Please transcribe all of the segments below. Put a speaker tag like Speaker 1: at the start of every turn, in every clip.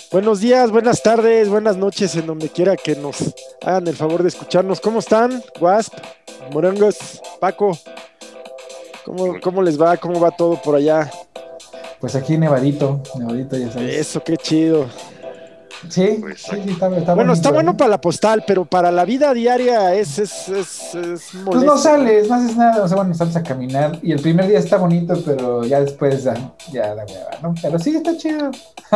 Speaker 1: Buenos días, buenas tardes, buenas noches, en donde quiera que nos hagan el favor de escucharnos. ¿Cómo están? Wasp, Morangos, Paco, ¿cómo les va? ¿Cómo va todo por allá?
Speaker 2: Pues aquí nevadito, ya sabes.
Speaker 1: Eso, qué chido.
Speaker 2: Sí,
Speaker 3: Pues
Speaker 2: sí, sí, está
Speaker 1: Bueno, está
Speaker 2: bonito, ¿eh?
Speaker 1: bueno para la postal, pero para la vida diaria es
Speaker 2: Pues no
Speaker 1: molesto, ¿no?
Speaker 2: sales, no haces nada, o sea, bueno, sales a caminar y el primer día está bonito, pero ya después ya la hueva, ¿no? Pero sí, está chido.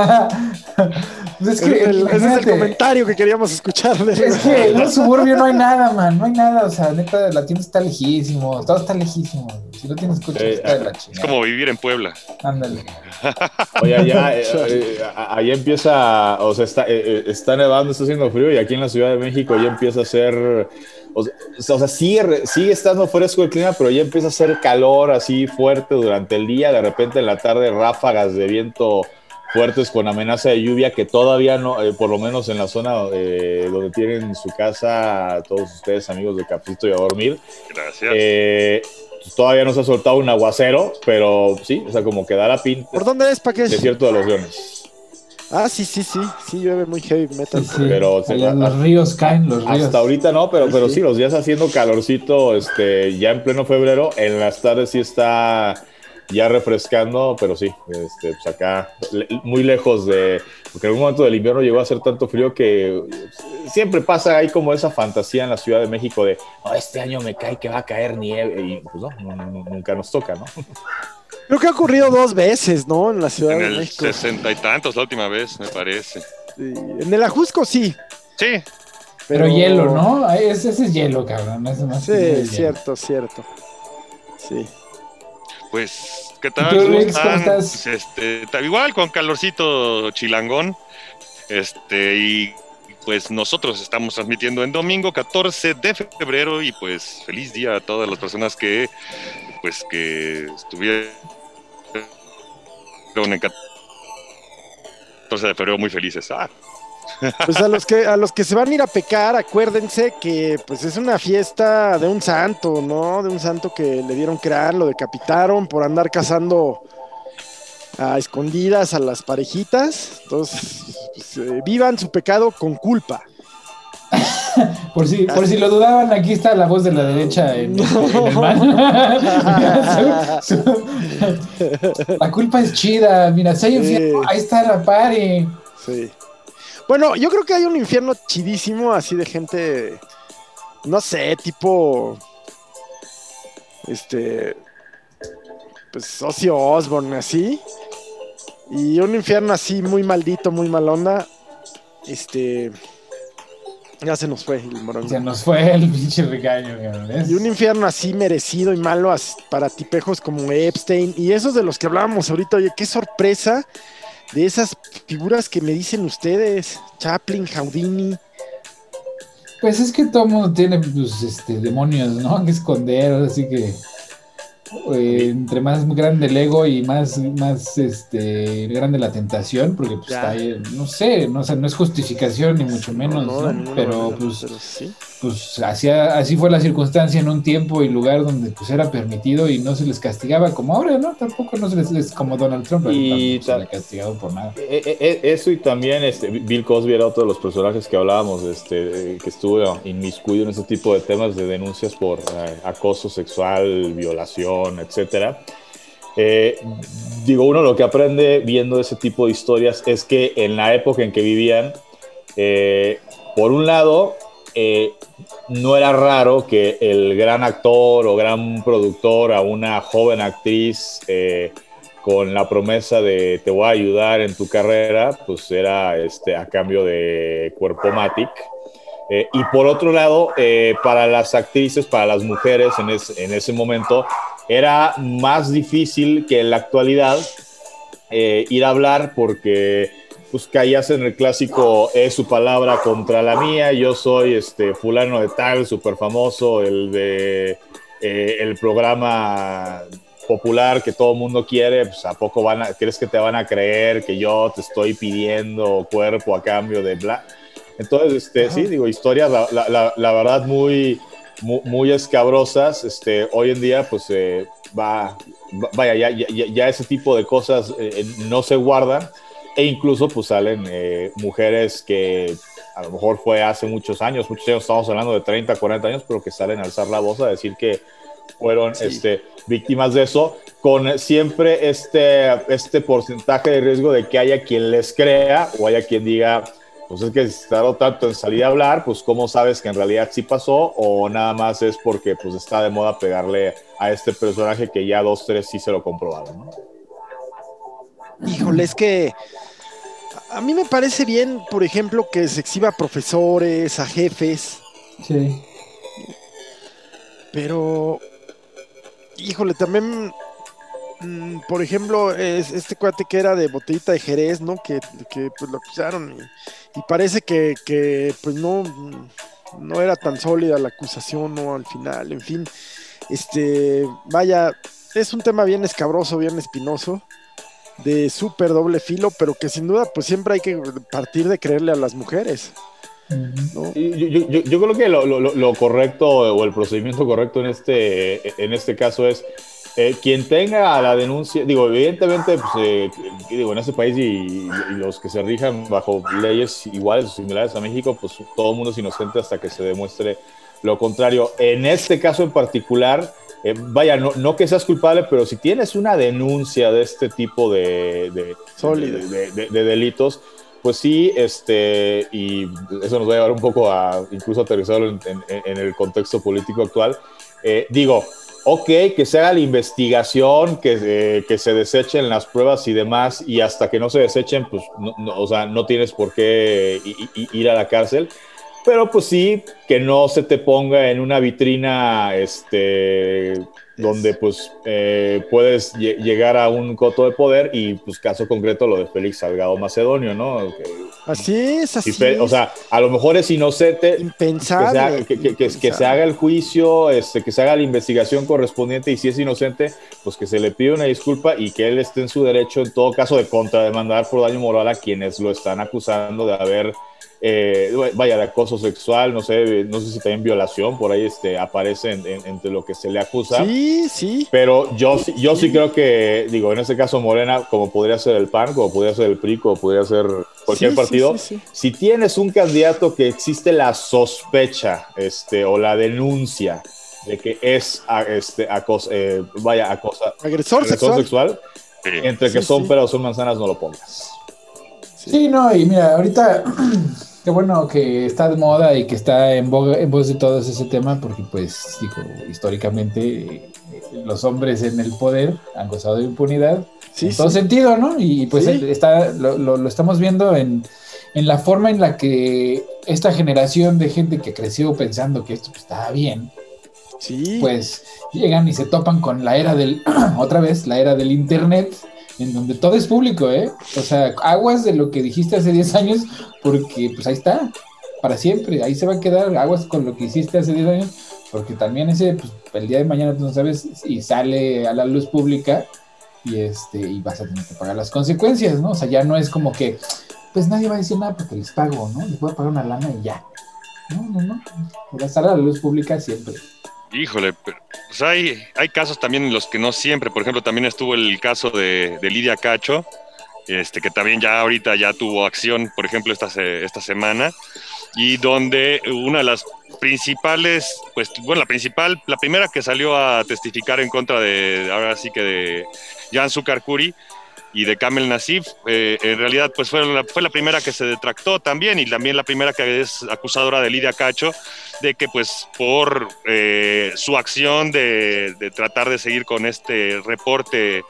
Speaker 2: Pues es que,
Speaker 1: Ese es el
Speaker 2: imagínate,
Speaker 1: comentario que queríamos escuchar del
Speaker 2: es que en un suburbio no hay nada, man, no hay nada, o sea, neta, la tienda está lejísimo, todo está lejísimo. Si no tienes coche, pues está de la
Speaker 3: es
Speaker 2: chingada.
Speaker 3: como vivir en Puebla.
Speaker 2: Ándale.
Speaker 4: Oye, allá,
Speaker 1: Chale.
Speaker 4: allá empieza, o sea, está nevando, está haciendo frío y aquí en la Ciudad de México ya empieza a ser, o sea, sigue estando fresco el clima, pero ya empieza a hacer calor así fuerte durante el día, de repente en la tarde ráfagas de viento fuertes con amenaza de lluvia que todavía no, por lo menos en la zona donde tienen su casa, todos ustedes amigos de Cafecito y a dormir,
Speaker 3: Gracias.
Speaker 4: todavía no se ha soltado un aguacero, pero sí, o sea, como que da la pinta.
Speaker 1: ¿Por dónde es, Paqués?
Speaker 4: Desierto de los Leones.
Speaker 1: Ah, sí, llueve muy heavy metal
Speaker 2: Sí,
Speaker 1: por
Speaker 2: sí,
Speaker 1: ahí.
Speaker 4: Pero
Speaker 2: allá los ríos caen, los ríos.
Speaker 4: hasta ahorita no, pero
Speaker 1: Sí.
Speaker 4: sí, los días haciendo calorcito, ya en pleno febrero, en las tardes sí está ya refrescando, pero sí, pues acá, muy lejos porque en algún momento del invierno llegó a hacer tanto frío que siempre pasa ahí como esa fantasía en la Ciudad de México de, no, este año me cae que va a caer nieve, y pues no, nunca nos toca, ¿no?
Speaker 1: Creo que ha ocurrido dos veces, ¿no? En la Ciudad
Speaker 3: En
Speaker 1: de
Speaker 3: el
Speaker 1: México.
Speaker 3: 60 y tantos la última vez, me parece.
Speaker 1: Sí. En el Ajusco sí,
Speaker 3: Sí,
Speaker 2: Pero hielo, ¿no? Ese es hielo, cabrón. Ese más que nada
Speaker 1: Sí,
Speaker 2: es hielo.
Speaker 1: cierto. Sí.
Speaker 3: pues, ¿qué
Speaker 2: ¿Y
Speaker 3: tal?
Speaker 2: tú,
Speaker 3: ¿Cómo
Speaker 2: Rex, cómo
Speaker 3: están?
Speaker 2: estás?
Speaker 3: Está igual con calorcito chilangón. Y pues nosotros estamos transmitiendo en domingo 14 de febrero y pues feliz día a todas las personas que estuvieron en 14 de febrero muy felices.
Speaker 1: Pues a los que se van a ir a pecar, acuérdense que pues es una fiesta de un santo, ¿no? De un santo que le dieron crán, lo decapitaron por andar cazando a escondidas a las parejitas. Entonces, pues, vivan su pecado con culpa.
Speaker 2: Por si lo dudaban, aquí está la voz de la derecha en el man. Mira, la culpa es chida. Mira, si hay infierno, ahí está la pari.
Speaker 1: Sí. Bueno, yo creo que hay un infierno chidísimo, así de gente, no sé, tipo, este, pues Ozzy Osbourne, así. Y un infierno así muy maldito, muy mal onda. Ya se nos fue el morongo.
Speaker 2: Se nos fue el pinche regaño, cabrón.
Speaker 1: Y un infierno así merecido y malo para tipejos como Epstein. Y esos de los que hablábamos ahorita, oye, qué sorpresa de esas figuras que me dicen ustedes. Chaplin, Houdini.
Speaker 2: Pues es que todo mundo tiene pues, demonios, ¿no? Que esconder, así que entre más grande el ego y más grande la tentación, porque pues
Speaker 1: Ya.
Speaker 2: está ahí, no sé, no es justificación ni mucho menos,
Speaker 1: No, de
Speaker 2: ¿no?
Speaker 1: ninguna
Speaker 2: Pero
Speaker 1: manera,
Speaker 2: pues,
Speaker 1: pero sí.
Speaker 2: pues así fue la circunstancia en un tiempo y lugar donde pues era permitido y no se les castigaba como ahora, ¿no? Tampoco no se les es como Donald Trump,
Speaker 4: Y
Speaker 2: tampoco se le ha castigado por nada.
Speaker 4: eso y también Bill Cosby era otro de los personajes que hablábamos, que estuvo inmiscuido en ese tipo de temas de denuncias por acoso sexual, violación, etcétera. Digo, uno lo que aprende viendo ese tipo de historias es que en la época en que vivían, por un lado, no era raro que el gran actor o gran productor a una joven actriz con la promesa de te voy a ayudar en tu carrera, pues era a cambio de cuerpo matic. Y por otro lado, para las actrices, para las mujeres en ese momento, era más difícil que en la actualidad ir a hablar porque pues caías en el clásico es su palabra contra la mía, yo soy fulano de tal, súper famoso, el programa popular que todo el mundo quiere, pues ¿a poco crees que te van a creer que yo te estoy pidiendo cuerpo a cambio de bla? Entonces, sí, digo, historias, la verdad, muy, muy, muy escabrosas. Hoy en día, pues, vaya, ya ese tipo de cosas no se guardan. e incluso pues salen mujeres que a lo mejor fue hace muchos años, estamos hablando de 30, 40 años, pero que salen a alzar la voz a decir que fueron víctimas de eso, con siempre este porcentaje de riesgo de que haya quien les crea o haya quien diga, pues es que si tardó tanto en salir a hablar, pues cómo sabes que en realidad sí pasó, o nada más es porque pues está de moda pegarle a este personaje que ya 2, 3 sí se lo comprobaron, ¿no?
Speaker 1: Híjole, es que a mí me parece bien, por ejemplo, que se exhiba a profesores, a jefes.
Speaker 2: Sí.
Speaker 1: Pero, híjole, también, por ejemplo, este cuate que era de Botellita de Jerez, ¿no? Que pues lo acusaron y parece que pues no era tan sólida la acusación, ¿no? Al final, en fin, vaya, es un tema bien escabroso, bien espinoso, de súper doble filo, pero que sin duda pues siempre hay que partir de creerle a las mujeres, ¿no?
Speaker 4: Yo creo que lo correcto o el procedimiento correcto en este caso es quien tenga la denuncia, digo, evidentemente pues, en este país y los que se rijan bajo leyes iguales o similares a México, pues todo el mundo es inocente hasta que se demuestre lo contrario. En este caso en particular, vaya, no que seas culpable, pero si tienes una denuncia de este tipo de delitos, pues sí, y eso nos va a llevar un poco a incluso aterrizarlo en el contexto político actual. Digo, ok, que se haga la investigación, que se desechen las pruebas y demás, y hasta que no se desechen, pues o sea, no tienes por qué ir a la cárcel. Pero pues sí, que no se te ponga en una vitrina donde pues puedes llegar a un coto de poder, y pues caso concreto lo de Félix Salgado Macedonio, ¿no?
Speaker 1: Así es.
Speaker 4: O sea, a lo mejor es inocente.
Speaker 1: Impensable.
Speaker 4: Que se haga el juicio, que se haga la investigación correspondiente, y si es inocente, pues que se le pida una disculpa y que él esté en su derecho, en todo caso, de contrademandar por daño moral a quienes lo están acusando de haber de acoso sexual, no sé si también violación, por ahí aparece entre lo que se le acusa.
Speaker 1: Sí.
Speaker 4: Pero yo sí creo que, digo, en este caso Morena, como podría ser el PAN, como podría ser el PRI, como podría ser cualquier partido, si tienes un candidato que existe la sospecha, o la denuncia de que es
Speaker 1: agresor sexual,
Speaker 4: entre que son peras o son manzanas, no lo pongas.
Speaker 2: Sí, no, y mira, ahorita qué bueno que está de moda y que está en voz de todos ese tema, porque pues, digo, históricamente los hombres en el poder han gozado de impunidad en todo sentido, ¿no? Y pues lo estamos viendo en la forma en la que esta generación de gente que creció pensando que esto pues, estaba bien, pues llegan y se topan con la era otra vez, la era del internet, en donde todo es público, o sea, aguas de lo que dijiste hace 10 años, porque pues ahí está, para siempre, ahí se va a quedar, aguas con lo que hiciste hace 10 años, porque también pues, el día de mañana tú no sabes, y sale a la luz pública, y vas a tener que pagar las consecuencias, ¿no? O sea, ya no es como que, pues nadie va a decir nada porque les pago, ¿no? Les voy a pagar una lana y ya. No, va a estar a la luz pública siempre.
Speaker 3: Híjole, pero pues hay casos también en los que no siempre. Por ejemplo, también estuvo el caso de Lidia Cacho, que también ya ahorita ya tuvo acción, por ejemplo, esta semana, y donde una de las principales, pues bueno, la primera que salió a testificar en contra ahora sí que de Jan Succar-Kuri y de Kamel Nasif, en realidad pues fue la primera que se detractó también, y también la primera que es acusadora de Lidia Cacho, de que pues por su acción de tratar de seguir con este reporte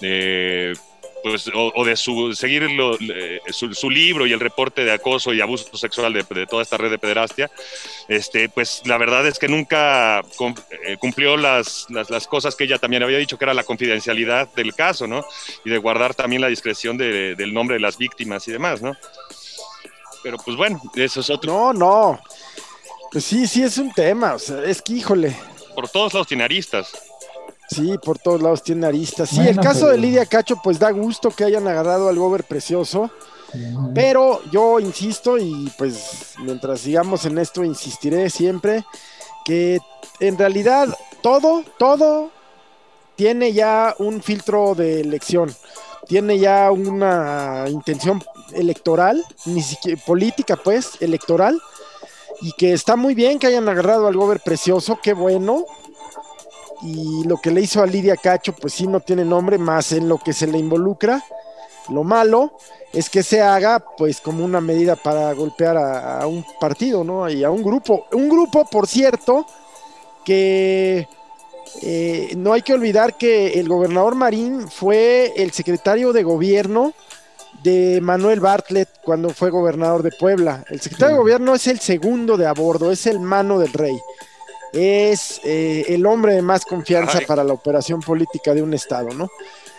Speaker 3: pues, o de seguir su libro y el reporte de acoso y abuso sexual de toda esta red de pederastia, pues la verdad es que nunca cumplió las cosas que ella también había dicho, que era la confidencialidad del caso, ¿no? Y de guardar también la discreción del nombre de las víctimas y demás, ¿no? Pero pues bueno, eso es otro.
Speaker 1: No. Pues sí, es un tema, o sea, es que híjole.
Speaker 3: Por todos lados tiene aristas.
Speaker 1: Sí, por todos lados tiene aristas. Sí,
Speaker 2: bueno,
Speaker 1: el caso de Lidia Cacho, pues da gusto que hayan agarrado al Gober Precioso, pero yo insisto, y pues mientras sigamos en esto, insistiré siempre, que en realidad todo tiene ya un filtro de elección. tiene ya una intención electoral, ni siquiera política, pues, electoral, y que está muy bien que hayan agarrado al Gober Precioso, qué bueno. Y lo que le hizo a Lidia Cacho, pues sí, no tiene nombre, más en lo que se le involucra. Lo malo es que se haga, pues, como una medida para golpear a un partido, ¿no? Y a un grupo. Un grupo, por cierto, que no hay que olvidar que el gobernador Marín fue el secretario de gobierno de Manuel Bartlett cuando fue gobernador de Puebla. El secretario de gobierno es el segundo de a bordo, es el mano del rey. Es el hombre de más confianza para la operación política de un estado, ¿no?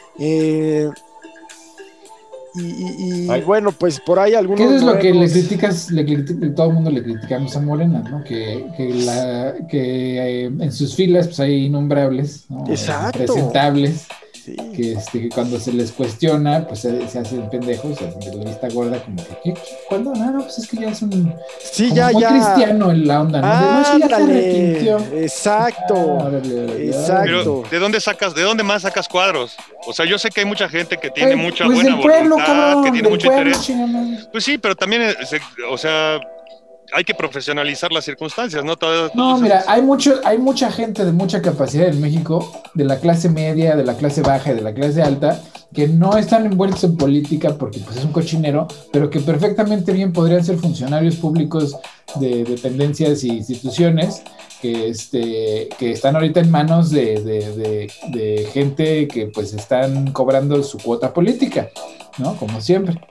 Speaker 1: Bueno, pues por ahí algunos...
Speaker 2: ¿Qué es lo que le criticas? Todo el mundo le criticamos a Morena, ¿no? Que en sus filas pues hay innombrables, ¿no?
Speaker 1: Exacto.
Speaker 2: Presentables.
Speaker 1: Sí.
Speaker 2: Que cuando se les cuestiona, pues se hacen pendejos, se hacen de la vista gorda, como que, ¿cuándo? No, pues es que ya es un...
Speaker 1: Sí,
Speaker 2: muy cristiano en la onda, ¿no? No, sí, ya se arrepintió.
Speaker 1: Exacto. Exacto.
Speaker 3: Pero, ¿de dónde más sacas cuadros? O sea, yo sé que hay mucha gente que tiene mucha
Speaker 2: pues
Speaker 3: buena
Speaker 2: pueblo,
Speaker 3: voluntad,
Speaker 2: cabrón,
Speaker 3: que tiene mucho interés.
Speaker 2: Chingamos.
Speaker 3: Pues sí, pero también, o sea, hay que profesionalizar las circunstancias, ¿no?
Speaker 2: Mira, hay mucha gente de mucha capacidad en México, de la clase media, de la clase baja y de la clase alta, que no están envueltos en política porque pues es un cochinero, pero que perfectamente bien podrían ser funcionarios públicos de dependencias e instituciones que están ahorita en manos de gente que pues están cobrando su cuota política, ¿no? Como siempre.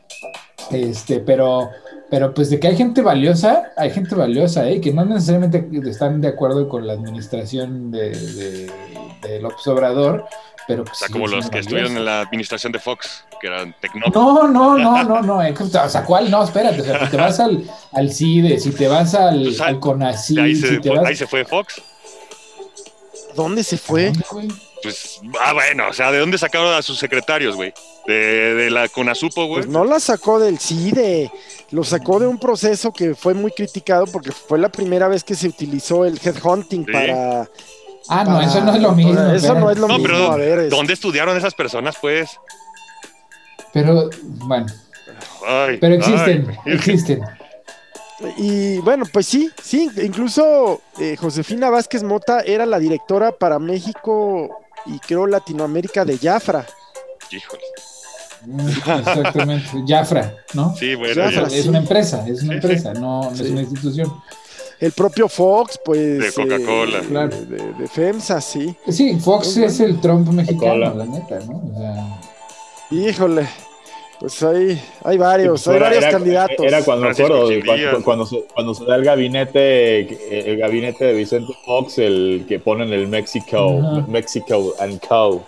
Speaker 2: Pero pues de que hay gente valiosa, que no necesariamente están de acuerdo con la administración de López Obrador, pero pues,
Speaker 3: o sea, como los que estuvieron en la administración de Fox, que eran tecnólogos.
Speaker 2: No, o sea, ¿cuál? No, espérate, o sea, si te vas al CIDE, si te vas al CONACYT,
Speaker 3: ahí se fue Fox.
Speaker 1: ¿Dónde se fue?
Speaker 3: Pues, bueno, o sea, ¿de dónde sacaron a sus secretarios, güey? De la CONASUPO, güey.
Speaker 1: Pues no la sacó del CIDE, lo sacó de un proceso que fue muy criticado porque fue la primera vez que se utilizó el headhunting para...
Speaker 2: no, eso no es lo mismo.
Speaker 1: Eso no es lo mismo,
Speaker 3: pero
Speaker 1: a ver.
Speaker 3: ¿dónde estudiaron esas personas, pues?
Speaker 2: Pero, bueno. Pero existen.
Speaker 1: Y bueno, pues sí, incluso Josefina Vázquez Mota era la directora para México y creo Latinoamérica de Jafra.
Speaker 3: Híjole.
Speaker 2: Exactamente, Jafra, ¿no?
Speaker 3: Sí, bueno.
Speaker 1: Jafra,
Speaker 2: es una empresa, no es una institución.
Speaker 1: El propio Fox, pues...
Speaker 3: De Coca-Cola.
Speaker 2: Claro.
Speaker 1: De FEMSA, sí.
Speaker 2: Sí, Fox es el Trump mexicano, la neta, ¿no? O sea...
Speaker 1: Híjole, pues hay varios candidatos.
Speaker 4: Era cuando me acuerdo, cuando se da el gabinete de Vicente Fox, el que ponen el Mexico and Co.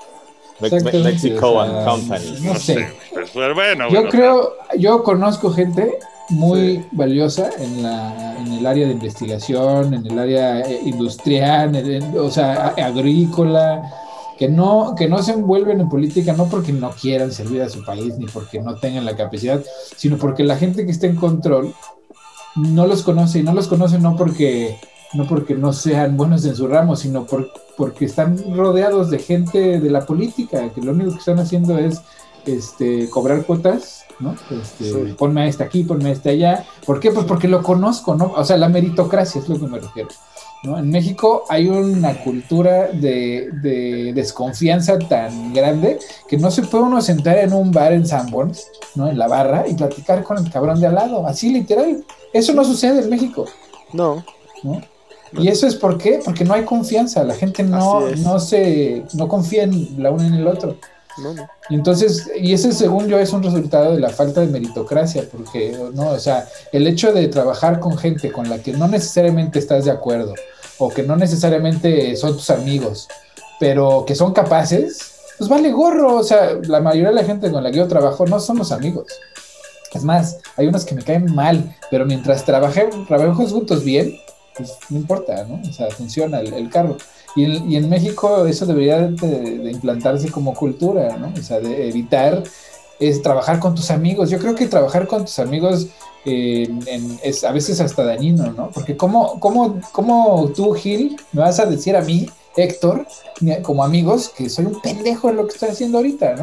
Speaker 4: Mexico and Company.
Speaker 2: No sé.
Speaker 3: Pues, bueno,
Speaker 2: yo conozco gente muy valiosa en el área de investigación, en el área industrial, o sea, agrícola, que no se envuelven en política no porque no quieran servir a su país ni porque no tengan la capacidad, sino porque la gente que está en control no los conoce, y no los conoce no porque no sean buenos en su ramo, sino porque están rodeados de gente de la política, que lo único que están haciendo es cobrar cuotas, ¿no?
Speaker 1: Sí.
Speaker 2: Ponme a este aquí, ponme a este allá. ¿Por qué? Pues porque lo conozco, ¿no? O sea, la meritocracia es lo que me refiero, ¿no? En México hay una cultura de desconfianza tan grande que no se puede uno sentar en un bar en Sanborns, ¿no? En la barra y platicar con el cabrón de al lado, así literal. Eso no sucede en México.
Speaker 1: No.
Speaker 2: Y eso es ¿por qué? Porque no hay confianza, la gente no confía en la una en el otro.
Speaker 1: No.
Speaker 2: Y entonces, y ese según yo es un resultado de la falta de meritocracia, porque no, o sea, el hecho de trabajar con gente con la que no necesariamente estás de acuerdo, o que no necesariamente son tus amigos, pero que son capaces, pues vale gorro. O sea, la mayoría de la gente con la que yo trabajo no somos amigos. Es más, hay unos que me caen mal, pero mientras trabajemos juntos bien, pues no importa, ¿no? O sea, funciona el carro. Y en México eso debería de implantarse como cultura, ¿no? O sea, de evitar trabajar con tus amigos. Yo creo que trabajar con tus amigos es a veces hasta dañino, ¿no? Porque ¿cómo tú, Gil, me vas a decir a mí, Héctor, como amigos, que soy un pendejo en lo que estoy haciendo ahorita, ¿no?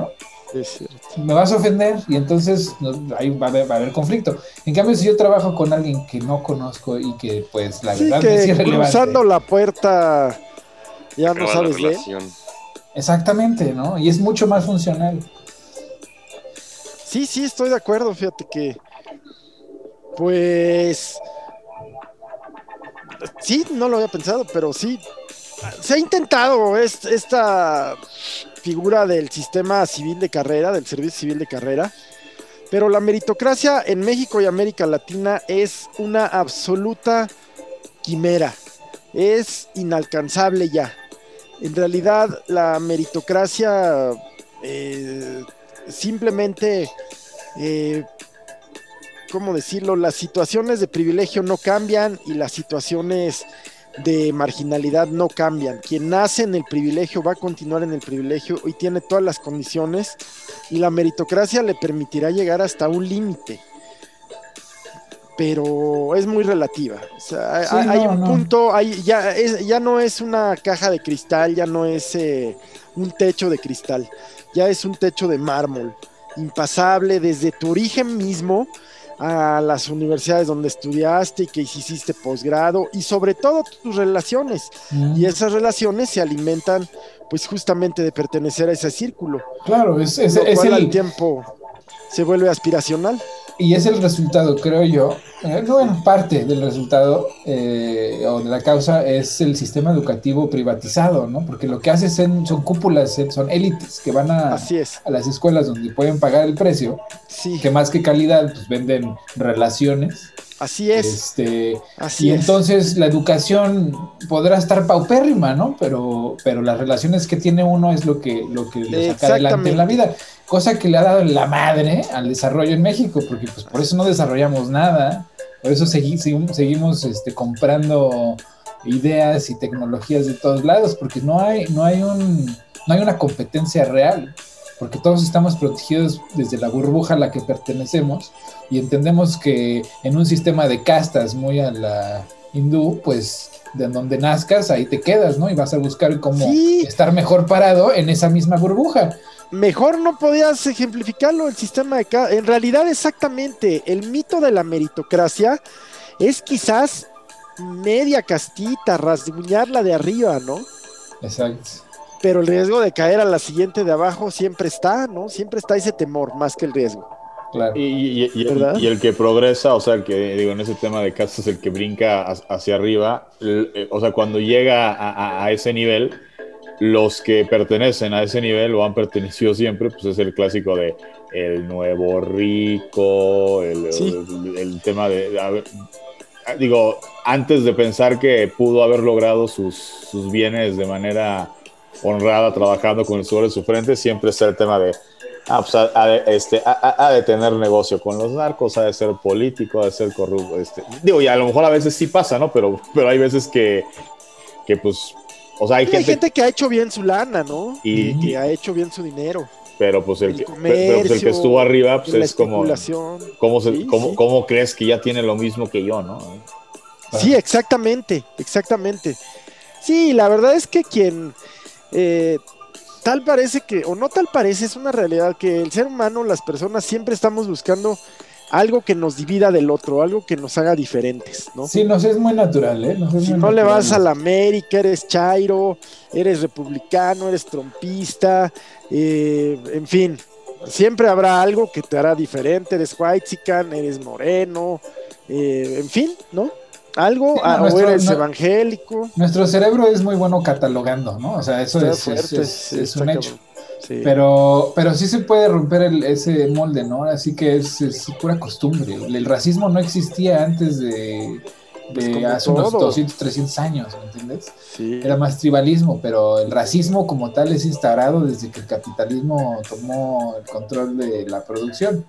Speaker 1: Es cierto.
Speaker 2: Me vas a ofender y entonces ahí va a haber conflicto. En cambio, si yo trabajo con alguien que no conozco y que pues la
Speaker 1: Sí,
Speaker 2: verdad me es
Speaker 1: que
Speaker 2: irrelevante.
Speaker 1: cruzando la puerta ya no
Speaker 3: Acaba la
Speaker 1: sabes de él.
Speaker 3: relación.
Speaker 2: Exactamente, ¿no? Y es mucho más funcional.
Speaker 1: Sí, estoy de acuerdo, fíjate que, pues, sí, no lo había pensado, pero sí, se ha intentado esta figura del sistema civil de carrera, del servicio civil de carrera, pero la meritocracia en México y América Latina es una absoluta quimera, es inalcanzable ya. En realidad, la meritocracia simplemente, ¿cómo decirlo? Las situaciones de privilegio no cambian y las situaciones de marginalidad no cambian. Quien nace en el privilegio va a continuar en el privilegio y tiene todas las condiciones, y la meritocracia le permitirá llegar hasta un límite, pero es muy relativa. O sea,
Speaker 2: Sí,
Speaker 1: hay
Speaker 2: no,
Speaker 1: un
Speaker 2: no.
Speaker 1: punto, ya no es una caja de cristal, ya no es un techo de cristal, ya es un techo de mármol, impasable desde tu origen mismo a las universidades donde estudiaste y que hiciste posgrado, y sobre todo tus relaciones. Y esas relaciones se alimentan pues justamente de pertenecer a ese círculo,
Speaker 2: Claro,
Speaker 1: lo cual al tiempo se vuelve aspiracional.
Speaker 2: y es el resultado, creo yo. Bueno, parte del resultado o de la causa es el sistema educativo privatizado, ¿no? Porque lo que hace son cúpulas, son élites que van
Speaker 1: Así es.
Speaker 2: a las escuelas donde pueden pagar el precio,
Speaker 1: Sí,
Speaker 2: que más que calidad, pues venden relaciones.
Speaker 1: así es. Así
Speaker 2: Y
Speaker 1: es.
Speaker 2: entonces la educación podrá estar paupérrima, ¿no? Pero las relaciones que tiene uno es lo que le saca adelante en la vida. Cosa que le ha dado la madre al desarrollo en México, porque pues por eso no desarrollamos nada, por eso seguimos comprando ideas y tecnologías de todos lados, porque no hay una competencia real, porque todos estamos protegidos desde la burbuja a la que pertenecemos y entendemos que en un sistema de castas muy a la hindú, pues de donde nazcas ahí te quedas, ¿no? Y vas a buscar cómo estar mejor parado en esa misma burbuja.
Speaker 1: Mejor no podías ejemplificarlo el sistema de castas. En realidad, exactamente, el mito de la meritocracia es quizás media castita, rasguñarla de arriba, ¿no?
Speaker 2: Exacto.
Speaker 1: Pero el riesgo de caer a la siguiente de abajo siempre está, ¿no? Siempre está ese temor, más que el riesgo.
Speaker 2: Claro.
Speaker 4: Y el que progresa, o sea, el que, digo, en ese tema de castas, el que brinca hacia arriba, o sea, cuando llega a ese nivel, los que pertenecen a ese nivel o han pertenecido siempre, pues es el clásico de el nuevo rico, el tema de digo, antes de pensar que pudo haber logrado sus bienes de manera honrada, trabajando con el sudor de su frente, siempre está el tema de pues ha de tener negocio con los narcos, ha de ser político, ha de ser corrupto, digo, y a lo mejor a veces sí pasa, ¿no? Pero hay veces que pues, o sea, hay
Speaker 1: gente que ha hecho bien su lana, ¿no?
Speaker 4: Y
Speaker 1: que ha hecho bien su dinero.
Speaker 4: Pero pues el
Speaker 1: comercio,
Speaker 4: que estuvo arriba, pues es como, ¿cómo crees que ya tiene lo mismo que yo, no?
Speaker 1: Sí, exactamente. Sí, la verdad es que quien tal parece que, o no tal parece, es una realidad que el ser humano, las personas, siempre estamos buscando algo que nos divida del otro, algo que nos haga diferentes, ¿no?
Speaker 2: Sí, nos es muy natural, ¿eh?
Speaker 1: Si no le vas a la América, eres chairo, eres republicano, eres trompista, en fin, siempre habrá algo que te hará diferente, eres whitexican, eres moreno, en fin, ¿no? Algo, sí, o eres evangélico.
Speaker 2: Nuestro cerebro es muy bueno catalogando, ¿no? O sea, eso es un hecho. Sí. Pero sí se puede romper ese molde, ¿no? Así que es pura costumbre. El racismo no existía antes de hace unos 200, 300 años, ¿me entiendes?
Speaker 1: Sí.
Speaker 2: Era más tribalismo, pero el racismo como tal es instaurado desde que el capitalismo tomó el control de la producción.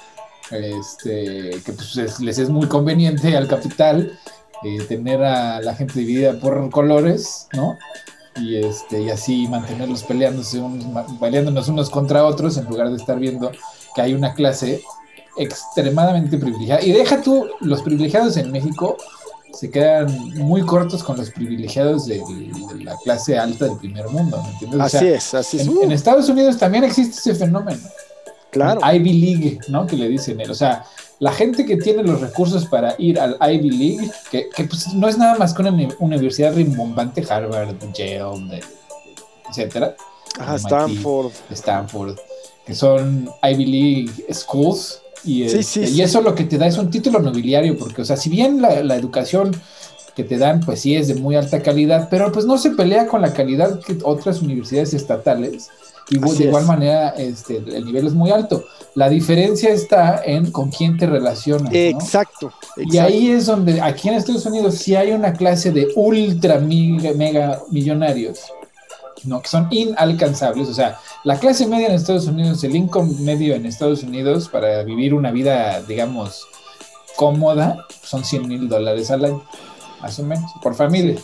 Speaker 2: Que pues les es muy conveniente al capital tener a la gente dividida por colores, ¿no? Y así mantenerlos peleándonos unos contra otros en lugar de estar viendo que hay una clase extremadamente privilegiada. Y deja tú los privilegiados en México, se quedan muy cortos con los privilegiados de la clase alta del primer mundo, ¿me entiendes? O sea,
Speaker 1: así es.
Speaker 2: En Estados Unidos también existe ese fenómeno.
Speaker 1: Claro.
Speaker 2: El Ivy League, ¿no? Que le dicen él. O sea, la gente que tiene los recursos para ir al Ivy League, que pues no es nada más que una universidad rimbombante, Harvard, Yale, etcétera. Stanford, que son Ivy League Schools. Y eso lo que te da es un título nobiliario, porque, o sea, si bien la educación que te dan, pues sí es de muy alta calidad, pero pues no se pelea con la calidad que otras universidades estatales, y de igual manera el nivel es muy alto. La diferencia está en con quién te relacionas, ¿no?
Speaker 1: Exacto.
Speaker 2: Y ahí es donde, aquí en Estados Unidos, sí hay una clase de ultra mega millonarios, ¿no? Que son inalcanzables. O sea, la clase media en Estados Unidos, el income medio en Estados Unidos para vivir una vida, digamos, cómoda, son $100,000 al año, más o menos, por familia.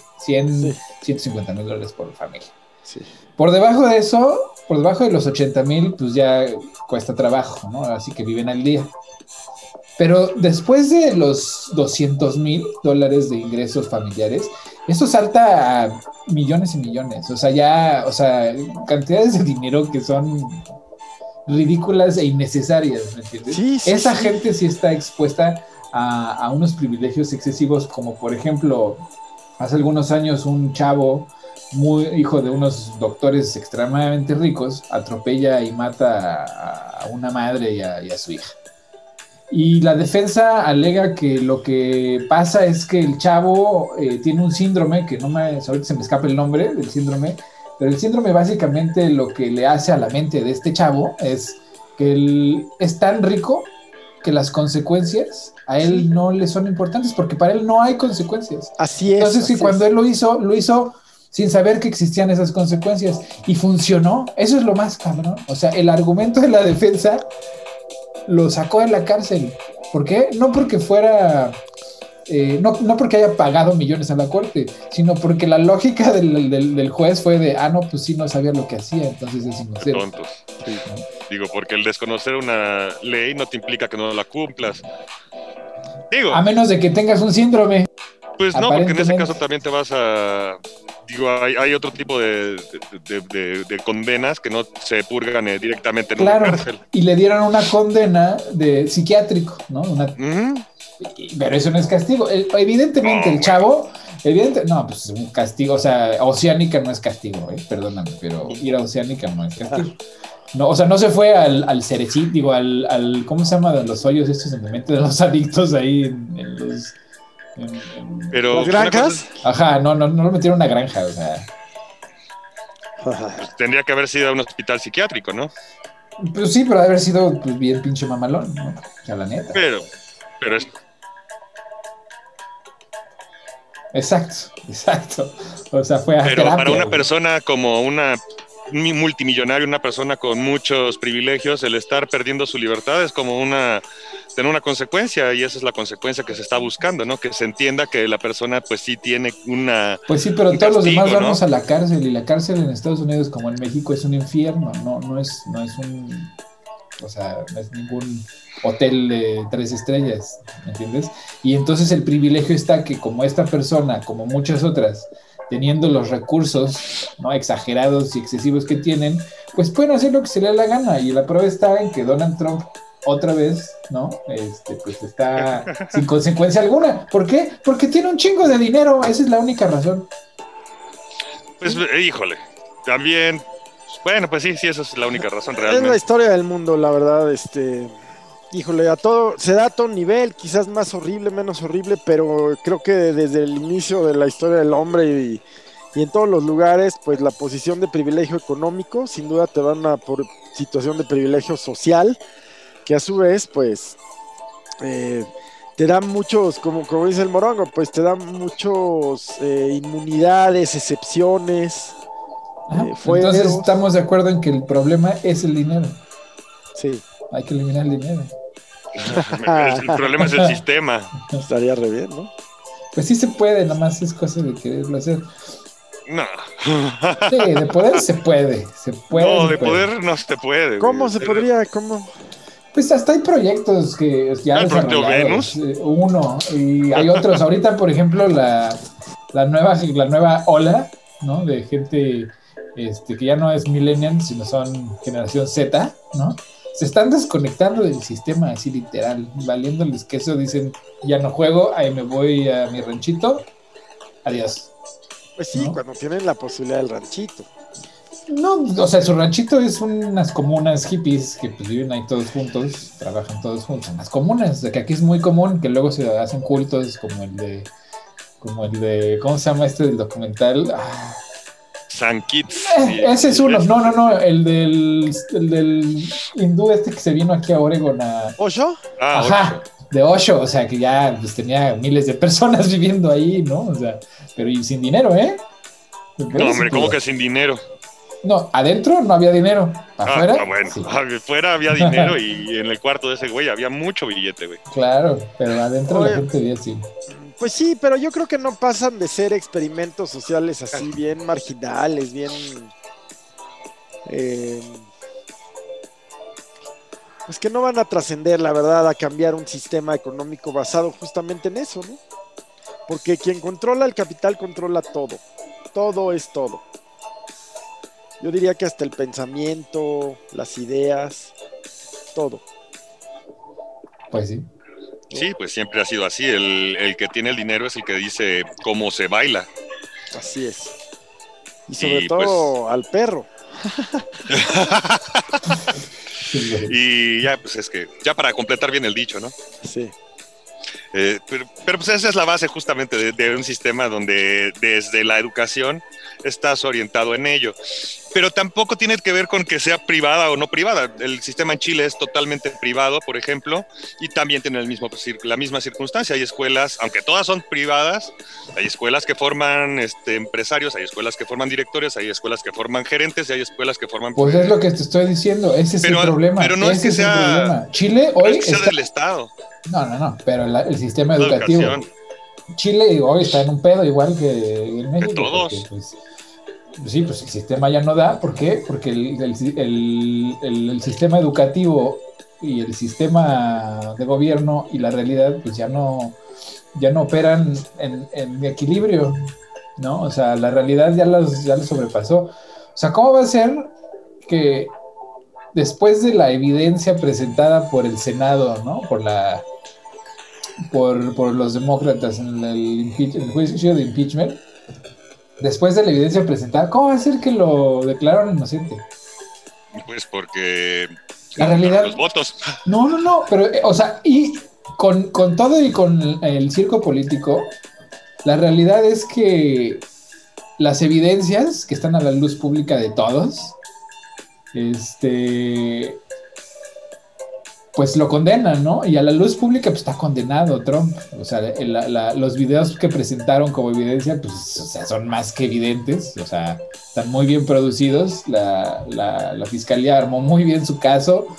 Speaker 2: 150 $150,000 por familia.
Speaker 1: Sí.
Speaker 2: Por debajo de eso, por debajo de los 80,000, pues ya cuesta trabajo, ¿no? Así que viven al día. Pero después de los $200,000 de ingresos familiares, esto salta a millones y millones. O sea, cantidades de dinero que son ridículas e innecesarias, ¿me entiendes? Esa gente sí está expuesta a unos privilegios excesivos, como por ejemplo, hace algunos años un chavo hijo de unos doctores extremadamente ricos atropella y mata a una madre y a su hija. Y la defensa alega que lo que pasa es que el chavo tiene un síndrome, que ahorita se me escapa el nombre del síndrome, pero el síndrome básicamente lo que le hace a la mente de este chavo es que él es tan rico que las consecuencias a él no le son importantes, porque para él no hay consecuencias.
Speaker 1: Así es.
Speaker 2: Entonces, cuando él lo hizo sin saber que existían esas consecuencias, y funcionó. Eso es lo más cabrón. O sea, el argumento de la defensa lo sacó de la cárcel. ¿Por qué? No porque fuera... no porque haya pagado millones a la corte, sino porque la lógica del juez fue de, no, pues sí, no sabía lo que hacía, entonces es inocente.
Speaker 3: Tontos. Sí, ¿no? Digo, porque el desconocer una ley no te implica que no la cumplas. Digo,
Speaker 2: a menos de que tengas un síndrome.
Speaker 3: Pues no, porque en ese caso también te vas a... Digo, hay otro tipo de condenas que no se purgan directamente en una cárcel.
Speaker 2: Y le dieron una condena de psiquiátrico, ¿no? Pero eso no es castigo. Evidentemente, el chavo... no, pues un castigo. O sea, Oceánica no es castigo, perdóname, pero ir a Oceánica no es castigo. No, o sea, no se fue al Cerecit, digo, al ¿cómo se llama? Los hoyos estos en mente de los adictos ahí en los...
Speaker 3: Pero
Speaker 1: ¿las granjas?
Speaker 2: Ajá, no lo metieron a una granja, o sea.
Speaker 3: Pues tendría que haber sido un hospital psiquiátrico, ¿no?
Speaker 2: Pues sí, pero haber sido pues, bien pinche mamalón, ¿no? O sea, la neta.
Speaker 3: Pero es...
Speaker 2: Exacto. O sea, fue a
Speaker 3: Pero
Speaker 2: terapia,
Speaker 3: para una persona como un multimillonario, una persona con muchos privilegios, el estar perdiendo su libertad es como tener una consecuencia, y esa es la consecuencia que se está buscando, ¿no? Que se entienda que la persona pues sí tiene una...
Speaker 2: Pues sí, pero todos los demás vamos a la cárcel, y la cárcel en Estados Unidos como en México es un infierno, no es un... O sea, no es ningún hotel de 3 estrellas, ¿me entiendes? Y entonces el privilegio está que como esta persona, como muchas otras, teniendo los recursos, ¿no?, exagerados y excesivos que tienen, pues pueden hacer lo que se les dé la gana. Y la prueba está en que Donald Trump otra vez, ¿no? Pues está sin consecuencia alguna. ¿Por qué? Porque tiene un chingo de dinero. Esa es la única razón.
Speaker 3: Pues, híjole, también... Bueno, pues sí, esa es la única razón realmente.
Speaker 1: Es la historia del mundo, la verdad, híjole, se da a todo nivel, quizás más horrible, menos horrible, pero creo que desde el inicio de la historia del hombre y en todos los lugares, pues la posición de privilegio económico, sin duda te da una situación de privilegio social, que a su vez, pues, te da muchos, como dice el Morongo, pues te da muchos inmunidades, excepciones.
Speaker 2: Entonces estamos de acuerdo en que el problema es el dinero.
Speaker 1: Sí.
Speaker 2: Hay que eliminar el dinero.
Speaker 3: El problema es el sistema.
Speaker 1: Estaría re bien, ¿no?
Speaker 2: Pues sí se puede, nomás es cosa de quererlo hacer.
Speaker 3: No.
Speaker 2: Sí, de poder se puede.
Speaker 3: No, de poder no se puede.
Speaker 1: ¿Cómo se podría? ¿Cómo?
Speaker 2: Pues hasta hay proyectos que ya
Speaker 3: ¿El Prometeo
Speaker 2: desarrollados,
Speaker 3: Venus?
Speaker 2: uno, y hay otros. Ahorita, por ejemplo, la nueva ola, ¿no? De gente que ya no es millennial, sino son generación Z, ¿no? Se están desconectando del sistema así literal, valiéndoles que eso dicen, ya no juego, ahí me voy a mi ranchito, adiós.
Speaker 1: Pues sí,
Speaker 2: ¿no?
Speaker 1: cuando tienen la posibilidad del ranchito.
Speaker 2: No, o sea, su ranchito es unas comunas hippies que pues viven ahí todos juntos, trabajan todos juntos, unas comunas, de que aquí es muy común que luego se hacen cultos como el de, ¿cómo se llama este del documental?
Speaker 3: San Kitts.
Speaker 2: Ese es uno, no, el del hindú este que se vino aquí a Oregon a...
Speaker 1: ¿Osho?
Speaker 2: Ajá, de Osho, o sea, que ya pues, tenía miles de personas viviendo ahí, ¿no? O sea, pero y sin dinero, ¿eh?
Speaker 3: No, hombre, ¿cómo que sin dinero?
Speaker 2: No, adentro no había dinero. ¿Afuera?
Speaker 3: Bueno,
Speaker 2: sí.
Speaker 3: Afuera había dinero y en el cuarto de ese güey había mucho billete, güey.
Speaker 2: Claro, pero adentro la gente vivía así.
Speaker 1: Pues sí, pero yo creo que no pasan de ser experimentos sociales así, bien marginales, bien... pues que no van a trascender, la verdad, a cambiar un sistema económico basado justamente en eso, ¿no? Porque quien controla el capital controla todo. Todo es todo. Yo diría que hasta el pensamiento, las ideas, todo.
Speaker 2: Pues sí.
Speaker 3: Sí, pues siempre ha sido así. El que tiene el dinero es el que dice cómo se baila.
Speaker 1: Así es. Y sobre todo pues... al perro.
Speaker 3: Y ya, pues es que, ya para completar bien el dicho, ¿no?
Speaker 1: Sí.
Speaker 3: Pero pues esa es la base justamente de un sistema donde desde la educación estás orientado en ello. Pero tampoco tiene que ver con que sea privada o no privada. El sistema en Chile es totalmente privado, por ejemplo, y también tiene la misma circunstancia. Hay escuelas, aunque todas son privadas, hay escuelas que forman empresarios, hay escuelas que forman directores, hay escuelas que forman gerentes y hay escuelas que forman...
Speaker 2: Pues es lo que te estoy diciendo, ese es el problema.
Speaker 3: Pero no es que sea...
Speaker 2: Chile hoy
Speaker 3: no es que sea del Estado.
Speaker 2: No, pero el sistema educativo. Chile hoy está en un pedo igual que en México.
Speaker 3: De todos.
Speaker 2: Porque, pues sí, pues el sistema ya no da. ¿Por qué? Porque el sistema educativo y el sistema de gobierno y la realidad pues ya no operan en equilibrio, ¿no? O sea, la realidad ya los sobrepasó. O sea, ¿cómo va a ser que después de la evidencia presentada por el Senado, ¿no? Por los demócratas en el juicio de impeachment, después de la evidencia presentada, ¿cómo va a ser que lo declararon inocente?
Speaker 3: Pues porque
Speaker 2: la realidad,
Speaker 3: los votos.
Speaker 2: No, pero, o sea, y con todo y con el circo político, la realidad es que las evidencias que están a la luz pública de todos, pues lo condenan, ¿no? Y a la luz pública pues está condenado Trump. O sea, los videos que presentaron como evidencia, pues, o sea, son más que evidentes. O sea, están muy bien producidos. La fiscalía armó muy bien su caso.